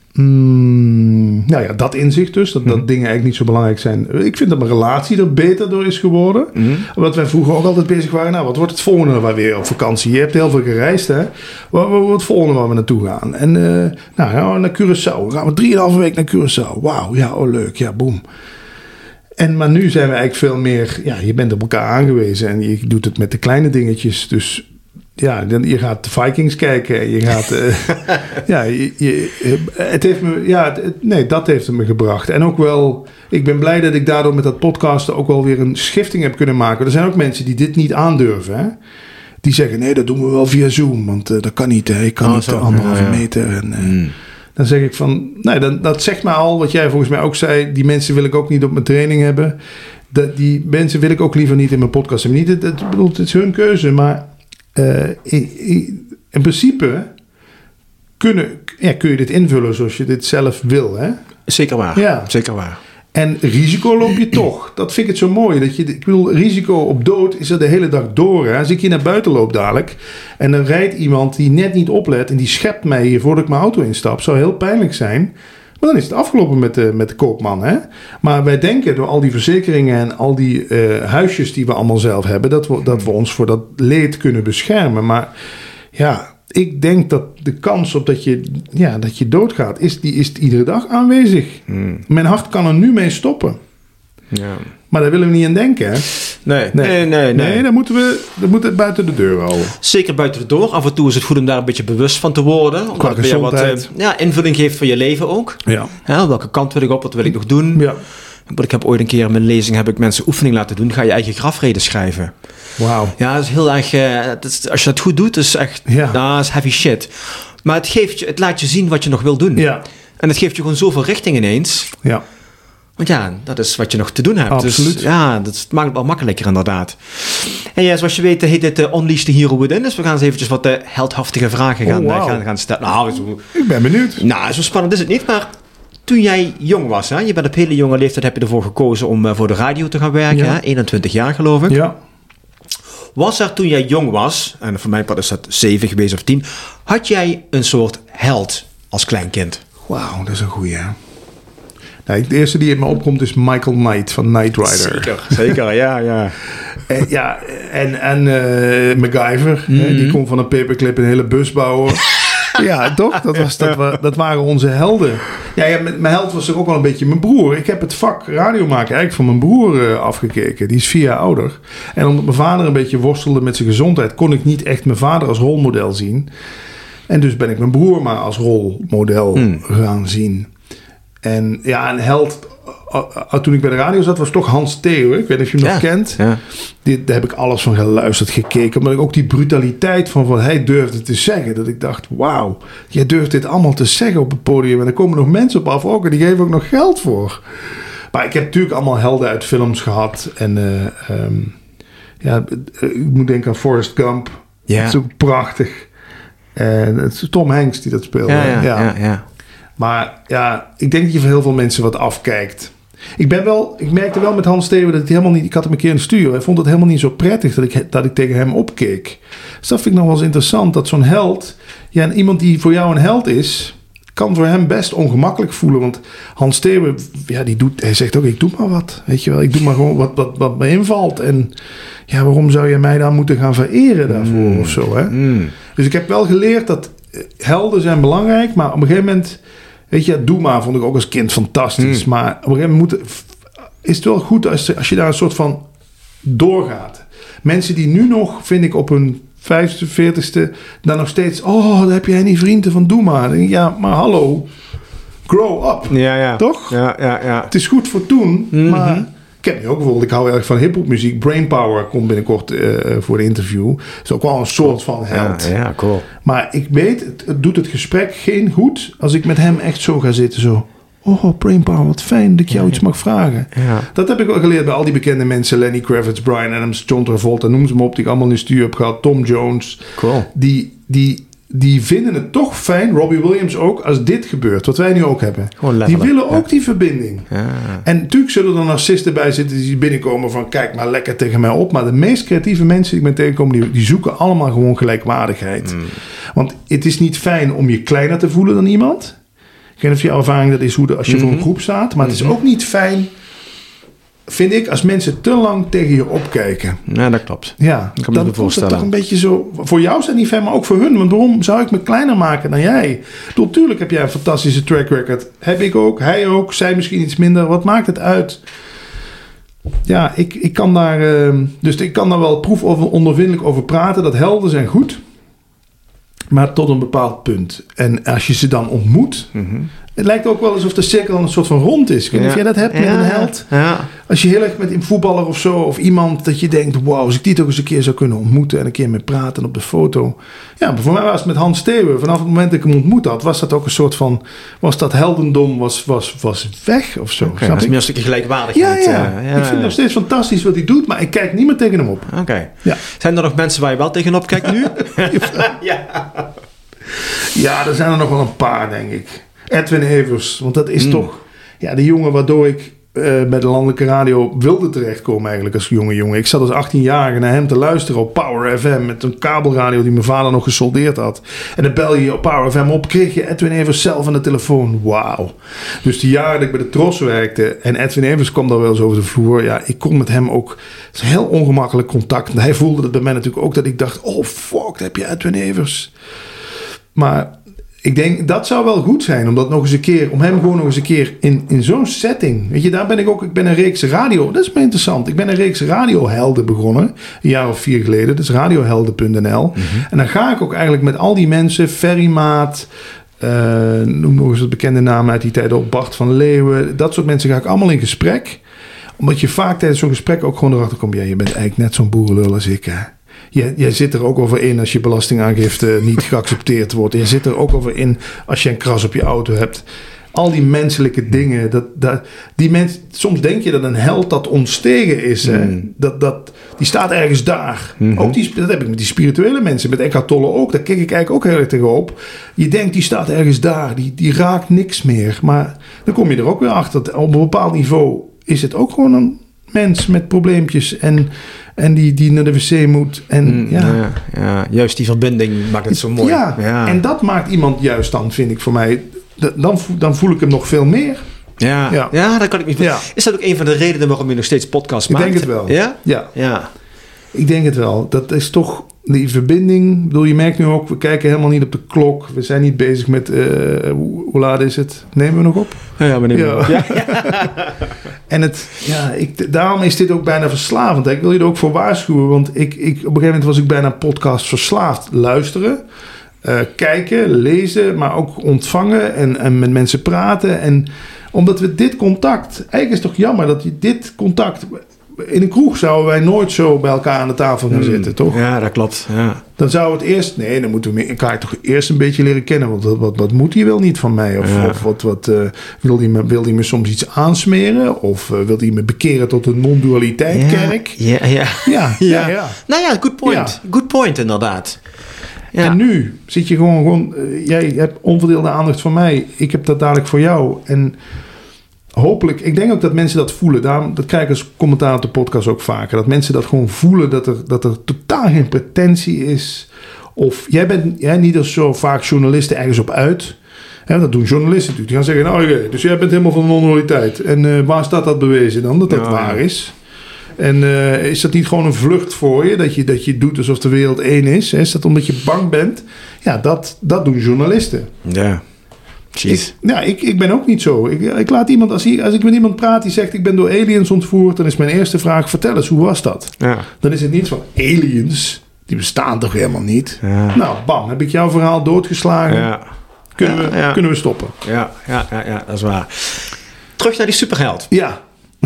Mm, nou ja, dat inzicht dus. Dat, mm-hmm. dat dingen eigenlijk niet zo belangrijk zijn. Ik vind dat mijn relatie er beter door is geworden. Mm-hmm. Omdat wij vroeger ook altijd bezig waren. Nou, wat wordt het volgende waar we weer op vakantie? Je hebt heel veel gereisd, hè? Wat wordt het volgende waar we naartoe gaan? En uh, nou, nou, naar Curaçao. Gaan we drieënhalve week naar Curaçao. Wauw, ja, oh leuk. Ja, boem. En, maar nu zijn we eigenlijk veel meer... Ja, je bent op elkaar aangewezen. En je doet het met de kleine dingetjes. Dus... Ja, dan, je gaat de Vikings kijken. Je gaat, uh, ja, je, je, het heeft me, ja, het, nee, dat heeft het me gebracht. En ook wel, ik ben blij dat ik daardoor met dat podcasten ook wel weer een schifting heb kunnen maken. Er zijn ook mensen die dit niet aandurven, hè? Die zeggen, nee, dat doen we wel via Zoom, want uh, dat kan niet. Hè? Ik kan oh, niet de anderhalve ja, ja. meter. En, uh, mm. Dan zeg ik van, nee, dan, dat zegt me al, wat jij volgens mij ook zei, die mensen wil ik ook niet op mijn training hebben. Dat, die mensen wil ik ook liever niet in mijn podcast hebben. Niet, het, het, bedoel, het is hun keuze, maar... Uh, in, in principe kunnen, ja, kun je dit invullen zoals je dit zelf wil. Hè? Zeker waar. Ja. Zeker waar. En risico loop je toch. Dat vind ik het zo mooi. Dat je, ik bedoel, risico op dood is er de hele dag door. Hè? Als ik hier naar buiten loop dadelijk en dan rijdt iemand die net niet oplet en die schept mij hier voordat ik mijn auto instap, zou heel pijnlijk zijn. Maar dan is het afgelopen met de, met de koopman. Hè? Maar wij denken door al die verzekeringen en al die uh, huisjes die we allemaal zelf hebben, dat we, dat we ons voor dat leed kunnen beschermen. Maar ja, ik denk dat de kans op dat je, ja, dat je doodgaat, is, die is iedere dag aanwezig. Hmm. Mijn hart kan er nu mee stoppen. Ja. Maar daar willen we niet aan denken, hè? Nee, nee, nee. Nee, nee. nee dan moeten we dat moet het buiten de deur houden. Zeker buiten de deur. Af en toe is het goed om daar een beetje bewust van te worden. Omdat het weer wat uh, ja, invulling geeft voor je leven ook. Ja. Ja, welke kant wil ik op? Wat wil ik nog doen? Ja. Ik heb ooit een keer in mijn lezing heb ik mensen oefening laten doen. Ga je eigen grafrede schrijven. Wauw. Ja, dat is heel erg... Uh, dat is, als je dat goed doet, is echt... Ja. Nou, dat is heavy shit. Maar het, geeft je, het laat je zien wat je nog wil doen. Ja. En het geeft je gewoon zoveel richting ineens. Ja. Want ja, dat is wat je nog te doen hebt. Absoluut. Dus ja, dat maakt het wel makkelijker inderdaad. En ja, zoals je weet heet dit uh, Unleash the Hero Within. Dus we gaan eens eventjes wat uh, heldhaftige vragen gaan, oh, wow. uh, gaan, gaan stellen. Nou, zo, ik ben benieuwd. Nou, zo spannend is het niet. Maar toen jij jong was, hè, je bent op hele jonge leeftijd, heb je ervoor gekozen om uh, voor de radio te gaan werken. Ja. Hè? eenentwintig jaar geloof ik. Ja. Was er toen jij jong was, en voor mijn part is dat zeven geweest of tien, had jij een soort held als klein kind? Wauw, dat is een goeie, hè? Nou, de eerste die in me opkomt is Michael Knight van Knight Rider. Zeker, zeker, ja, ja. En, ja, en, en uh, MacGyver, mm-hmm. hè, die kon van een paperclip een hele bus bouwen. Ja, toch? Dat, was, dat, dat waren onze helden. Ja, ja, mijn held was toch ook wel een beetje mijn broer. Ik heb het vak radio maken eigenlijk van mijn broer uh, afgekeken. Die is vier jaar ouder. En omdat mijn vader een beetje worstelde met zijn gezondheid, kon ik niet echt mijn vader als rolmodel zien. En dus ben ik mijn broer maar als rolmodel mm. gaan zien. En ja, een held, uh, uh, toen ik bij de radio zat, was toch Hans Theo. Ik weet niet of je hem ja, nog kent. Ja. Die, daar heb ik alles van geluisterd, gekeken. Omdat ik ook die brutaliteit van wat hij durfde te zeggen. Dat ik dacht, wauw, jij durft dit allemaal te zeggen op het podium. En er komen nog mensen op af ook en die geven ook nog geld voor. Maar ik heb natuurlijk allemaal helden uit films gehad. En uh, um, ja, ik moet denken aan Forrest Gump. Ja. Dat is ook prachtig. En het is Tom Hanks die dat speelde. Ja, ja, ja. ja, ja. Maar ja, ik denk dat je van heel veel mensen wat afkijkt. Ik ben wel, ik merkte wel met Hans Theo dat hij helemaal niet, ik had hem een keer in de studio. Hij vond het helemaal niet zo prettig dat ik, dat ik tegen hem opkeek. Dus dat vind ik nog wel eens interessant, dat zo'n held, ja, en iemand die voor jou een held is, kan voor hem best ongemakkelijk voelen. Want Hans Theo, ja, die doet, hij zegt ook, ik doe maar wat, weet je wel. Ik doe maar gewoon wat, wat, wat me invalt. En ja, waarom zou je mij dan moeten gaan vereren daarvoor mm. of zo, hè? Mm. Dus ik heb wel geleerd dat helden zijn belangrijk, maar op een gegeven moment, weet je, doe maar, vond ik ook als kind fantastisch. Mm. Maar op een gegeven moment moet, is het wel goed als, als je daar een soort van doorgaat. Mensen die nu nog, vind ik, op hun vijftigste, veertigste, dan nog steeds, oh, daar heb jij niet vrienden van, doe maar. Dan denk ik, ja, maar hallo, grow up. Ja, ja. Toch? Ja, ja, ja. Het is goed voor toen, mm-hmm. maar ik heb nu ook bijvoorbeeld, ik hou erg van hiphopmuziek. Brainpower komt binnenkort uh, voor de interview. Dat is ook wel een soort van held. Ja, ja, cool. Maar ik weet, het, het doet het gesprek geen goed als ik met hem echt zo ga zitten. Zo, oh, Brainpower, wat fijn dat ik jou ja, iets mag vragen. Ja. Dat heb ik wel geleerd bij al die bekende mensen. Lenny Kravitz, Bryan Adams, John Travolta, noem ze maar op. Die ik allemaal in de studio heb gehad. Tom Jones. Cool. Die, die, die vinden het toch fijn, Robbie Williams ook, als dit gebeurt. Wat wij nu ook hebben. Die willen ook ja. die verbinding. Ja. En natuurlijk zullen er narcisten bij zitten die binnenkomen van, kijk maar lekker tegen mij op. Maar de meest creatieve mensen die ik ben tegenkomen, die, die zoeken allemaal gewoon gelijkwaardigheid. Mm. Want het is niet fijn om je kleiner te voelen dan iemand. Ik weet niet of je ervaring dat is hoe de, als je mm-hmm. voor een groep staat. Maar mm-hmm. het is ook niet fijn, vind ik, als mensen te lang tegen je opkijken. Ja, dat klopt. Ja, ik kan me dat voelt het toch een beetje zo. Voor jou is dat niet fijn, maar ook voor hun. Want waarom zou ik me kleiner maken dan jij? Natuurlijk heb jij een fantastische track record. Heb ik ook, hij ook, zij misschien iets minder. Wat maakt het uit? Ja, ik, ik kan daar, uh, dus ik kan daar wel proefondervindelijk over praten. Dat helden zijn goed, maar tot een bepaald punt. En als je ze dan ontmoet, mm-hmm. het lijkt ook wel alsof de cirkel een soort van rond is. Ik weet niet ja. of jij dat hebt ja. met een held. Ja. Als je heel erg met een voetballer of zo, of iemand dat je denkt, wauw, als ik die toch eens een keer zou kunnen ontmoeten en een keer mee praten op de foto. Ja, voor mij was het met Hans Theo. Vanaf het moment dat ik hem ontmoet had, was dat ook een soort van, was dat heldendom, was, was, was weg of zo. Okay, dat is meer een stukje gelijkwaardigheid. Ja, ja. Uh, ja, ik vind het nog steeds fantastisch wat hij doet, maar ik kijk niet meer tegen hem op. Oké. Okay. Ja. Zijn er nog mensen waar je wel tegenop kijkt nu? ja. Ja, er zijn er nog wel een paar, denk ik. Edwin Evers, want dat is mm. toch ja, de jongen waardoor ik uh, bij de landelijke radio wilde terechtkomen eigenlijk als jonge jongen. Ik zat als achttienjarige naar hem te luisteren op Power F M met een kabelradio die mijn vader nog gesoldeerd had. En dan bel je op Power F M op, kreeg je Edwin Evers zelf aan de telefoon. Wauw. Dus die jaren dat ik bij de Tros werkte en Edwin Evers kwam daar wel eens over de vloer. Ja, ik kon met hem ook, het is een heel ongemakkelijk contact. En hij voelde het bij mij natuurlijk ook dat ik dacht, oh fuck, heb je Edwin Evers. Maar ik denk, dat zou wel goed zijn, om dat nog eens een keer, om hem gewoon nog eens een keer in, in zo'n setting. Weet je, daar ben ik ook, ik ben een reeks radio, dat is me interessant. Ik ben een reeks radiohelden begonnen, een jaar of vier geleden. Dat is radiohelden punt n l. Mm-hmm. En dan ga ik ook eigenlijk met al die mensen, Ferrymaat, uh, noem nog eens wat bekende namen uit die tijd op, Bart van Leeuwen, dat soort mensen ga ik allemaal in gesprek. Omdat je vaak tijdens zo'n gesprek ook gewoon erachter komt, ja, je bent eigenlijk net zo'n boerenlul als ik, hè. Jij, jij zit er ook over in als je belastingaangifte niet geaccepteerd wordt. Je zit er ook over in als je een kras op je auto hebt. Al die menselijke dingen. Dat, dat, die mens, soms denk je dat een held dat ontstegen is. Hè? Mm. Dat, dat, die staat ergens daar. Mm-hmm. Ook die, dat heb ik met die spirituele mensen. Met Eckhart Tolle ook. Daar kijk ik eigenlijk ook heel erg tegenop. Je denkt die staat ergens daar. Die, die raakt niks meer. Maar dan kom je er ook weer achter. Dat op een bepaald niveau is het ook gewoon een mens met probleempjes. En... En die, die naar de wc moet. En, mm, ja. Ja, ja, juist die verbinding maakt het zo mooi. Ja, ja, en dat maakt iemand juist dan, vind ik voor mij. Dan, dan voel ik hem nog veel meer. Ja, ja. ja dat kan ik niet. Ja. Is dat ook een van de redenen waarom je nog steeds podcasts maakt? Ik denk het wel. Ja? Ja. Ja. Ik denk het wel. Dat is toch die verbinding. Ik bedoel, je merkt nu ook, we kijken helemaal niet op de klok. We zijn niet bezig met, uh, hoe, hoe laat is het? Nemen we nog op? Ja, ja we nemen ja. op. Ja. En het, ja, ik, daarom is dit ook bijna verslavend. Ik wil je er ook voor waarschuwen. Want ik, ik, op een gegeven moment was ik bijna podcast verslaafd. Luisteren, uh, kijken, lezen, maar ook ontvangen en, en met mensen praten. En omdat we dit contact, eigenlijk is het toch jammer dat je dit contact... In een kroeg zouden wij nooit zo bij elkaar aan de tafel gaan zitten, hmm. toch? Ja, dat klopt. Ja. Dan zou het eerst... Nee, dan moeten we elkaar toch eerst een beetje leren kennen. Want wat, wat, wat moet hij wel niet van mij? Of, ja. of wat, wat uh, wil hij me, wil hij me soms iets aansmeren? Of uh, wil hij me bekeren tot een non-dualiteit kerk? Ja, ja. Ja, ja, ja. ja. Nou ja, good point. Ja. Good point, inderdaad. Ja. En nu zit je gewoon... gewoon uh, jij hebt onverdeelde aandacht voor mij. Ik heb dat dadelijk voor jou. En... Hopelijk, ik denk ook dat mensen dat voelen. Daarom, dat krijg ik als commentaar op de podcast ook vaker. Dat mensen dat gewoon voelen, dat er, dat er totaal geen pretentie is. Of jij bent jij niet als zo vaak journalisten ergens op uit. Hè, dat doen journalisten natuurlijk. Die gaan zeggen, nou oké, dus jij bent helemaal van de non-dualiteit. En uh, waar staat dat bewezen dan, dat dat ja, waar is? En uh, is dat niet gewoon een vlucht voor je? Dat je, dat je doet alsof de wereld één is? Is dat omdat je bang bent? Ja, dat, dat doen journalisten. Ja. Ik, ja, ik, ik ben ook niet zo. Ik, ik laat iemand, als, hij, als ik met iemand praat die zegt ik ben door aliens ontvoerd, dan is mijn eerste vraag, vertel eens, hoe was dat? Ja. Dan is het niet van aliens, die bestaan toch helemaal niet? Ja. Nou, bam, heb ik jouw verhaal doodgeslagen? Ja. Kunnen, ja, we, ja. kunnen we stoppen? Ja, ja, ja, ja, dat is waar. Terug naar die superheld. Ja.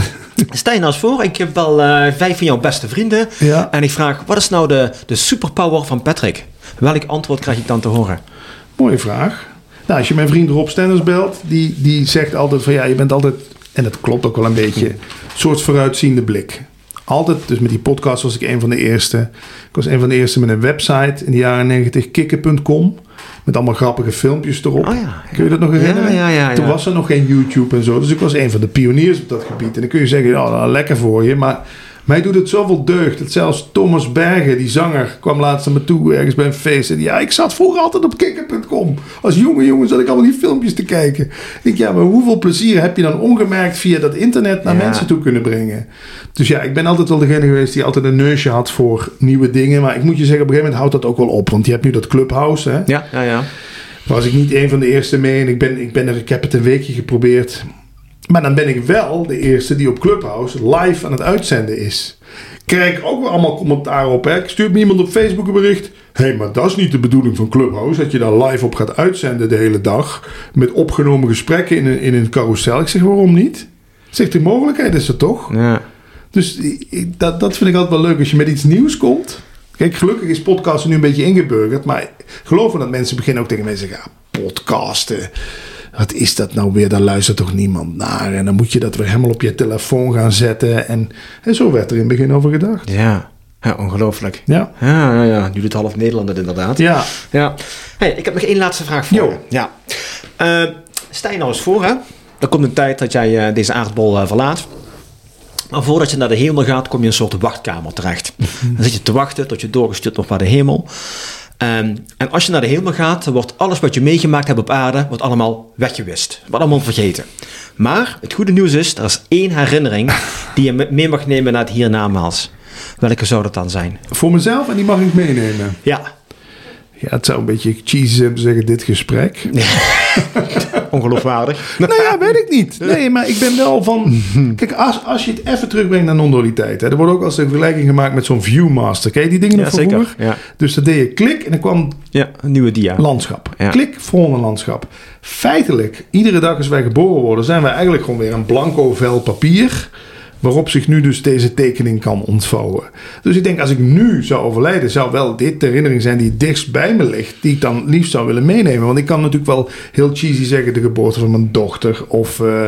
Stel je nou eens voor, ik heb wel uh, vijf van jouw beste vrienden. Ja. En ik vraag, wat is nou de, de superpower van Patrick? Welk antwoord krijg ik dan te horen? Mooie vraag. Nou, als je mijn vriend Rob Stenders belt, die, die zegt altijd van ja, je bent altijd, en dat klopt ook wel een beetje, een soort vooruitziende blik. Altijd, dus met die podcast was ik een van de eerste. Ik was een van de eerste met een website in de jaren negentig, kikker punt com. Met allemaal grappige filmpjes erop. Oh ja, ja. Kun je dat nog herinneren? Ja, ja, ja, ja. Toen was er nog geen YouTube en zo. Dus ik was een van de pioniers op dat gebied. En dan kun je zeggen, ja, nou, lekker voor je. Maar mij doet het zoveel deugd. Dat zelfs Thomas Bergen, die zanger, kwam laatst naar me toe ergens bij een feest. En ja, ik zat vroeger altijd op kikker punt com. Als jonge jongen zat ik allemaal die filmpjes te kijken. Ik denk, ja, maar hoeveel plezier heb je dan ongemerkt via dat internet naar ja. mensen toe kunnen brengen? Dus ja, ik ben altijd wel degene geweest die altijd een neusje had voor nieuwe dingen. Maar ik moet je zeggen, op een gegeven moment houdt dat ook wel op. Want je hebt nu dat Clubhouse, hè? Ja, ja, ja. Was ik niet een van de eerste mee. En ik ben, ik ben er, ik heb het een weekje geprobeerd. Maar dan ben ik wel de eerste die op Clubhouse live aan het uitzenden is. Krijg ik ook wel allemaal commentaar op. Hè? Ik stuur me iemand op Facebook een bericht. Hé, hey, maar dat is niet de bedoeling van Clubhouse. Dat je daar live op gaat uitzenden de hele dag. Met opgenomen gesprekken in een, in een carousel. Ik zeg, waarom niet? Ik zeg, de mogelijkheid is er toch? Ja. Dus ik, dat, dat vind ik altijd wel leuk. Als je met iets nieuws komt. Kijk, gelukkig is podcasten nu een beetje ingeburgerd. Maar ik geloof dat mensen beginnen ook tegen mij te zeggen. Ja, podcasten. Wat is dat nou weer? Daar luistert toch niemand naar? En dan moet je dat weer helemaal op je telefoon gaan zetten. En, en zo werd er in het begin over gedacht. Ja, ja ongelooflijk. Ja. Ja, ja, ja. Nu doet half Nederland het inderdaad. Ja. Ja. Hey, ik heb nog één laatste vraag voor jo. je. Ja. Uh, stel je nou eens voor, hè? er komt een tijd dat jij uh, deze aardbol uh, verlaat. Maar voordat je naar de hemel gaat, kom je in een soort wachtkamer terecht. Dan zit je te wachten tot je doorgestuurd wordt naar de hemel. Um, en als je naar de hemel gaat, dan wordt alles wat je meegemaakt hebt op aarde, wordt allemaal weggewist. Wordt allemaal vergeten. Maar het goede nieuws is, er is één herinnering die je mee mag nemen naar het hiernamaals. Welke zou dat dan zijn? Voor mezelf en die mag ik meenemen? Ja. Ja, het zou een beetje cheesy zijn te zeggen, dit gesprek. Ongeloofwaardig. Nou ja, weet ik niet. Nee, maar ik ben wel van... Kijk, als, als je het even terugbrengt naar non-dualiteit. Hè, er wordt ook als een vergelijking gemaakt met zo'n Viewmaster. Ken je die dingen nog ja, van vroeger? Ja. Dus dan deed je klik en dan kwam... Ja, een nieuwe dia. Landschap. Ja. Klik, volgende landschap. Feitelijk, iedere dag als wij geboren worden... zijn wij eigenlijk gewoon weer een blanco vel papier... waarop zich nu dus deze tekening kan ontvouwen. Dus ik denk, als ik nu zou overlijden... zou wel dit de herinnering zijn die het dichtst bij me ligt... die ik dan liefst zou willen meenemen. Want ik kan natuurlijk wel heel cheesy zeggen... de geboorte van mijn dochter... of uh,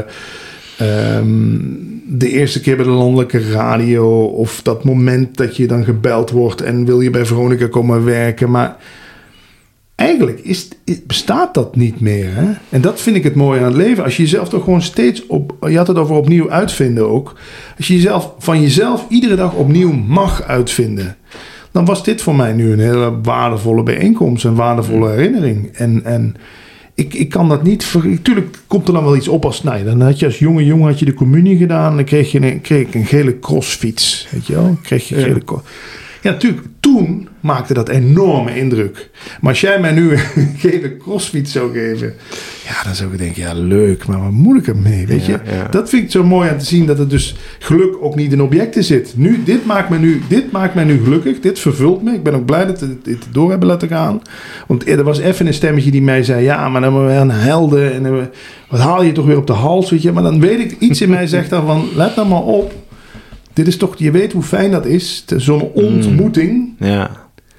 um, de eerste keer bij de landelijke radio... of dat moment dat je dan gebeld wordt... en wil je bij Veronica komen werken... maar eigenlijk is, bestaat dat niet meer. Hè? En dat vind ik het mooie aan het leven. Als je jezelf toch gewoon steeds op... Je had het over opnieuw uitvinden ook. Als je jezelf van jezelf iedere dag opnieuw mag uitvinden... dan was dit voor mij nu een hele waardevolle bijeenkomst. Een waardevolle herinnering. En, en ik, ik kan dat niet... Ver... Tuurlijk komt er dan wel iets op als... Nou, dan had je als jonge jongen had je de communie gedaan... en dan kreeg je een, kreeg een gele crossfiets. Weet je wel? Kreeg je een gele cross... Ja, natuurlijk, toen maakte dat enorme indruk. Maar als jij mij nu een gele crossfiets zou geven... ja, dan zou ik denken, ja, leuk, maar wat moet ik ermee, weet je? Ja, ja. Dat vind ik zo mooi aan te zien, dat het dus geluk ook niet in objecten zit. Nu, dit maakt me nu, dit maakt mij nu gelukkig, dit vervult me. Ik ben ook blij dat we dit door hebben laten gaan. Want er was even een stemmetje die mij zei... ja, maar dan hebben we een helden en dan, wat haal je toch weer op de hals, weet je? Maar dan weet ik, iets in mij zegt dan van, let nou maar op... Dit is toch, je weet hoe fijn dat is, zo'n ontmoeting. Mm, ja.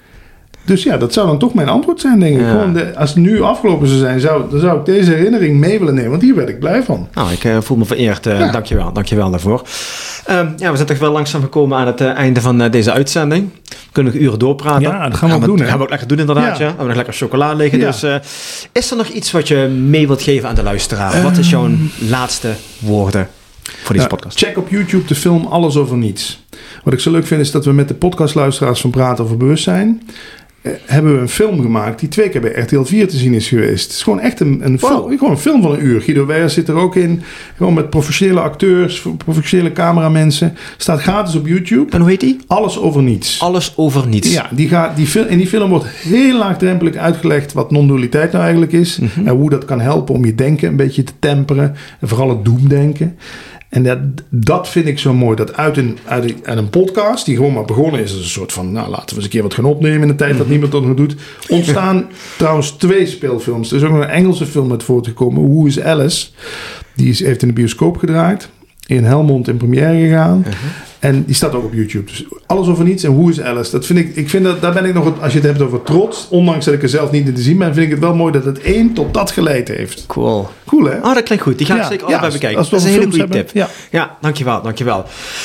Dus ja, dat zou dan toch mijn antwoord zijn, denk ik. Ja. Gewoon de, als het nu afgelopen zou zijn, zou, dan zou ik deze herinnering mee willen nemen. Want hier werd ik blij van. Nou, ik uh, voel me vereerd. Uh, ja. Dankjewel, dankjewel daarvoor. Um, ja, we zijn toch wel langzaam gekomen aan het uh, einde van uh, deze uitzending. We kunnen nog uren doorpraten. Ja, dat gaan we ook doen. Dat gaan we ook lekker doen, inderdaad. Ja. Ja. We hebben nog lekker chocola liggen. Ja. Dus uh, is er nog iets wat je mee wilt geven aan de luisteraar? Um, wat is jouw laatste woorden? Voor deze podcast. Uh, check op YouTube de film Alles over Niets. Wat ik zo leuk vind is dat we met de podcastluisteraars van Praten over Bewustzijn... Uh, hebben we een film gemaakt die twee keer bij R T L vier te zien is geweest. Het is gewoon echt een, een, wow. film, gewoon een film van een uur. Guido Weijers zit er ook in. Gewoon met professionele acteurs, professionele cameramensen. Staat gratis op YouTube. En hoe heet die? Alles over Niets. Alles over Niets. Ja, die gaat, die fil- in die film wordt heel laagdrempelig uitgelegd wat non-dualiteit nou eigenlijk is. Mm-hmm. En hoe dat kan helpen om je denken een beetje te temperen. En vooral het doemdenken. En dat, dat vind ik zo mooi. Dat uit een, uit, een, uit een podcast, die gewoon maar begonnen is als een soort van... nou, laten we eens een keer wat gaan opnemen in de tijd dat mm-hmm. niemand dat nog doet. Ontstaan trouwens twee speelfilms. Er is ook nog een Engelse film met voortgekomen. Who is Alice? Die is, heeft in de bioscoop gedraaid. In Helmond in première gegaan. Uh-huh. En die staat ook op YouTube. Dus Alles over Niets en Who is Alice? Dat vind ik, ik vind dat, daar ben ik nog, als je het hebt over trots, ondanks dat ik er zelf niet in te zien ben, vind ik het wel mooi dat het één tot dat geleid heeft. Cool. Cool, hè? Oh, dat klinkt goed. Die ga ik ja, zeker allebei ja, bekijken. Dat is een hele goede tip. Ja. ja, dankjewel, dankjewel.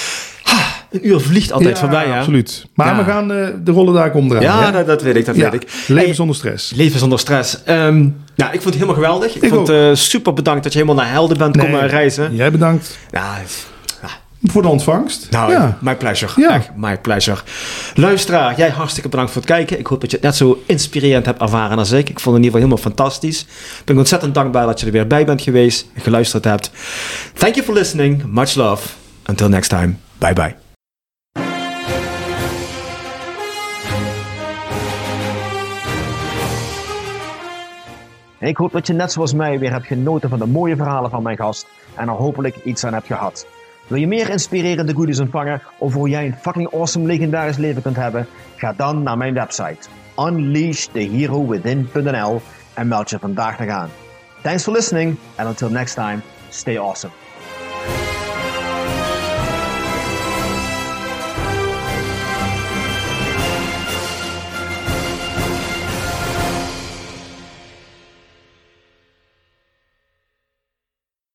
Een uur vliegt altijd ja, voorbij, hè? Absoluut. Maar ja. we gaan uh, de rollen daar omdraaien. Ja, ja? Dat, dat weet ik, dat ja. weet ik. Leven hey, zonder stress. Leven zonder stress. Um, ja, ik vond het helemaal geweldig. Ik, ik vond het uh, super bedankt dat je helemaal naar Helden bent nee, komen reizen. Jij bedankt. Ja, voor de ontvangst. Nou, ja. my pleasure. Ja. Echt, my pleasure. Luisteraar, jij hartstikke bedankt voor het kijken. Ik hoop dat je het net zo inspirerend hebt ervaren als ik. Ik vond het in ieder geval helemaal fantastisch. Ik ben ontzettend dankbaar dat je er weer bij bent geweest en geluisterd hebt. Thank you for listening. Much love. Until next time. Bye bye. Ik hoop dat je net zoals mij weer hebt genoten van de mooie verhalen van mijn gast en er hopelijk iets aan hebt gehad. Wil je meer inspirerende goodies ontvangen of hoe jij een fucking awesome legendarisch leven kunt hebben? Ga dan naar mijn website unleash the hero within dot n l en meld je vandaag nog aan. Thanks for listening and until next time, stay awesome.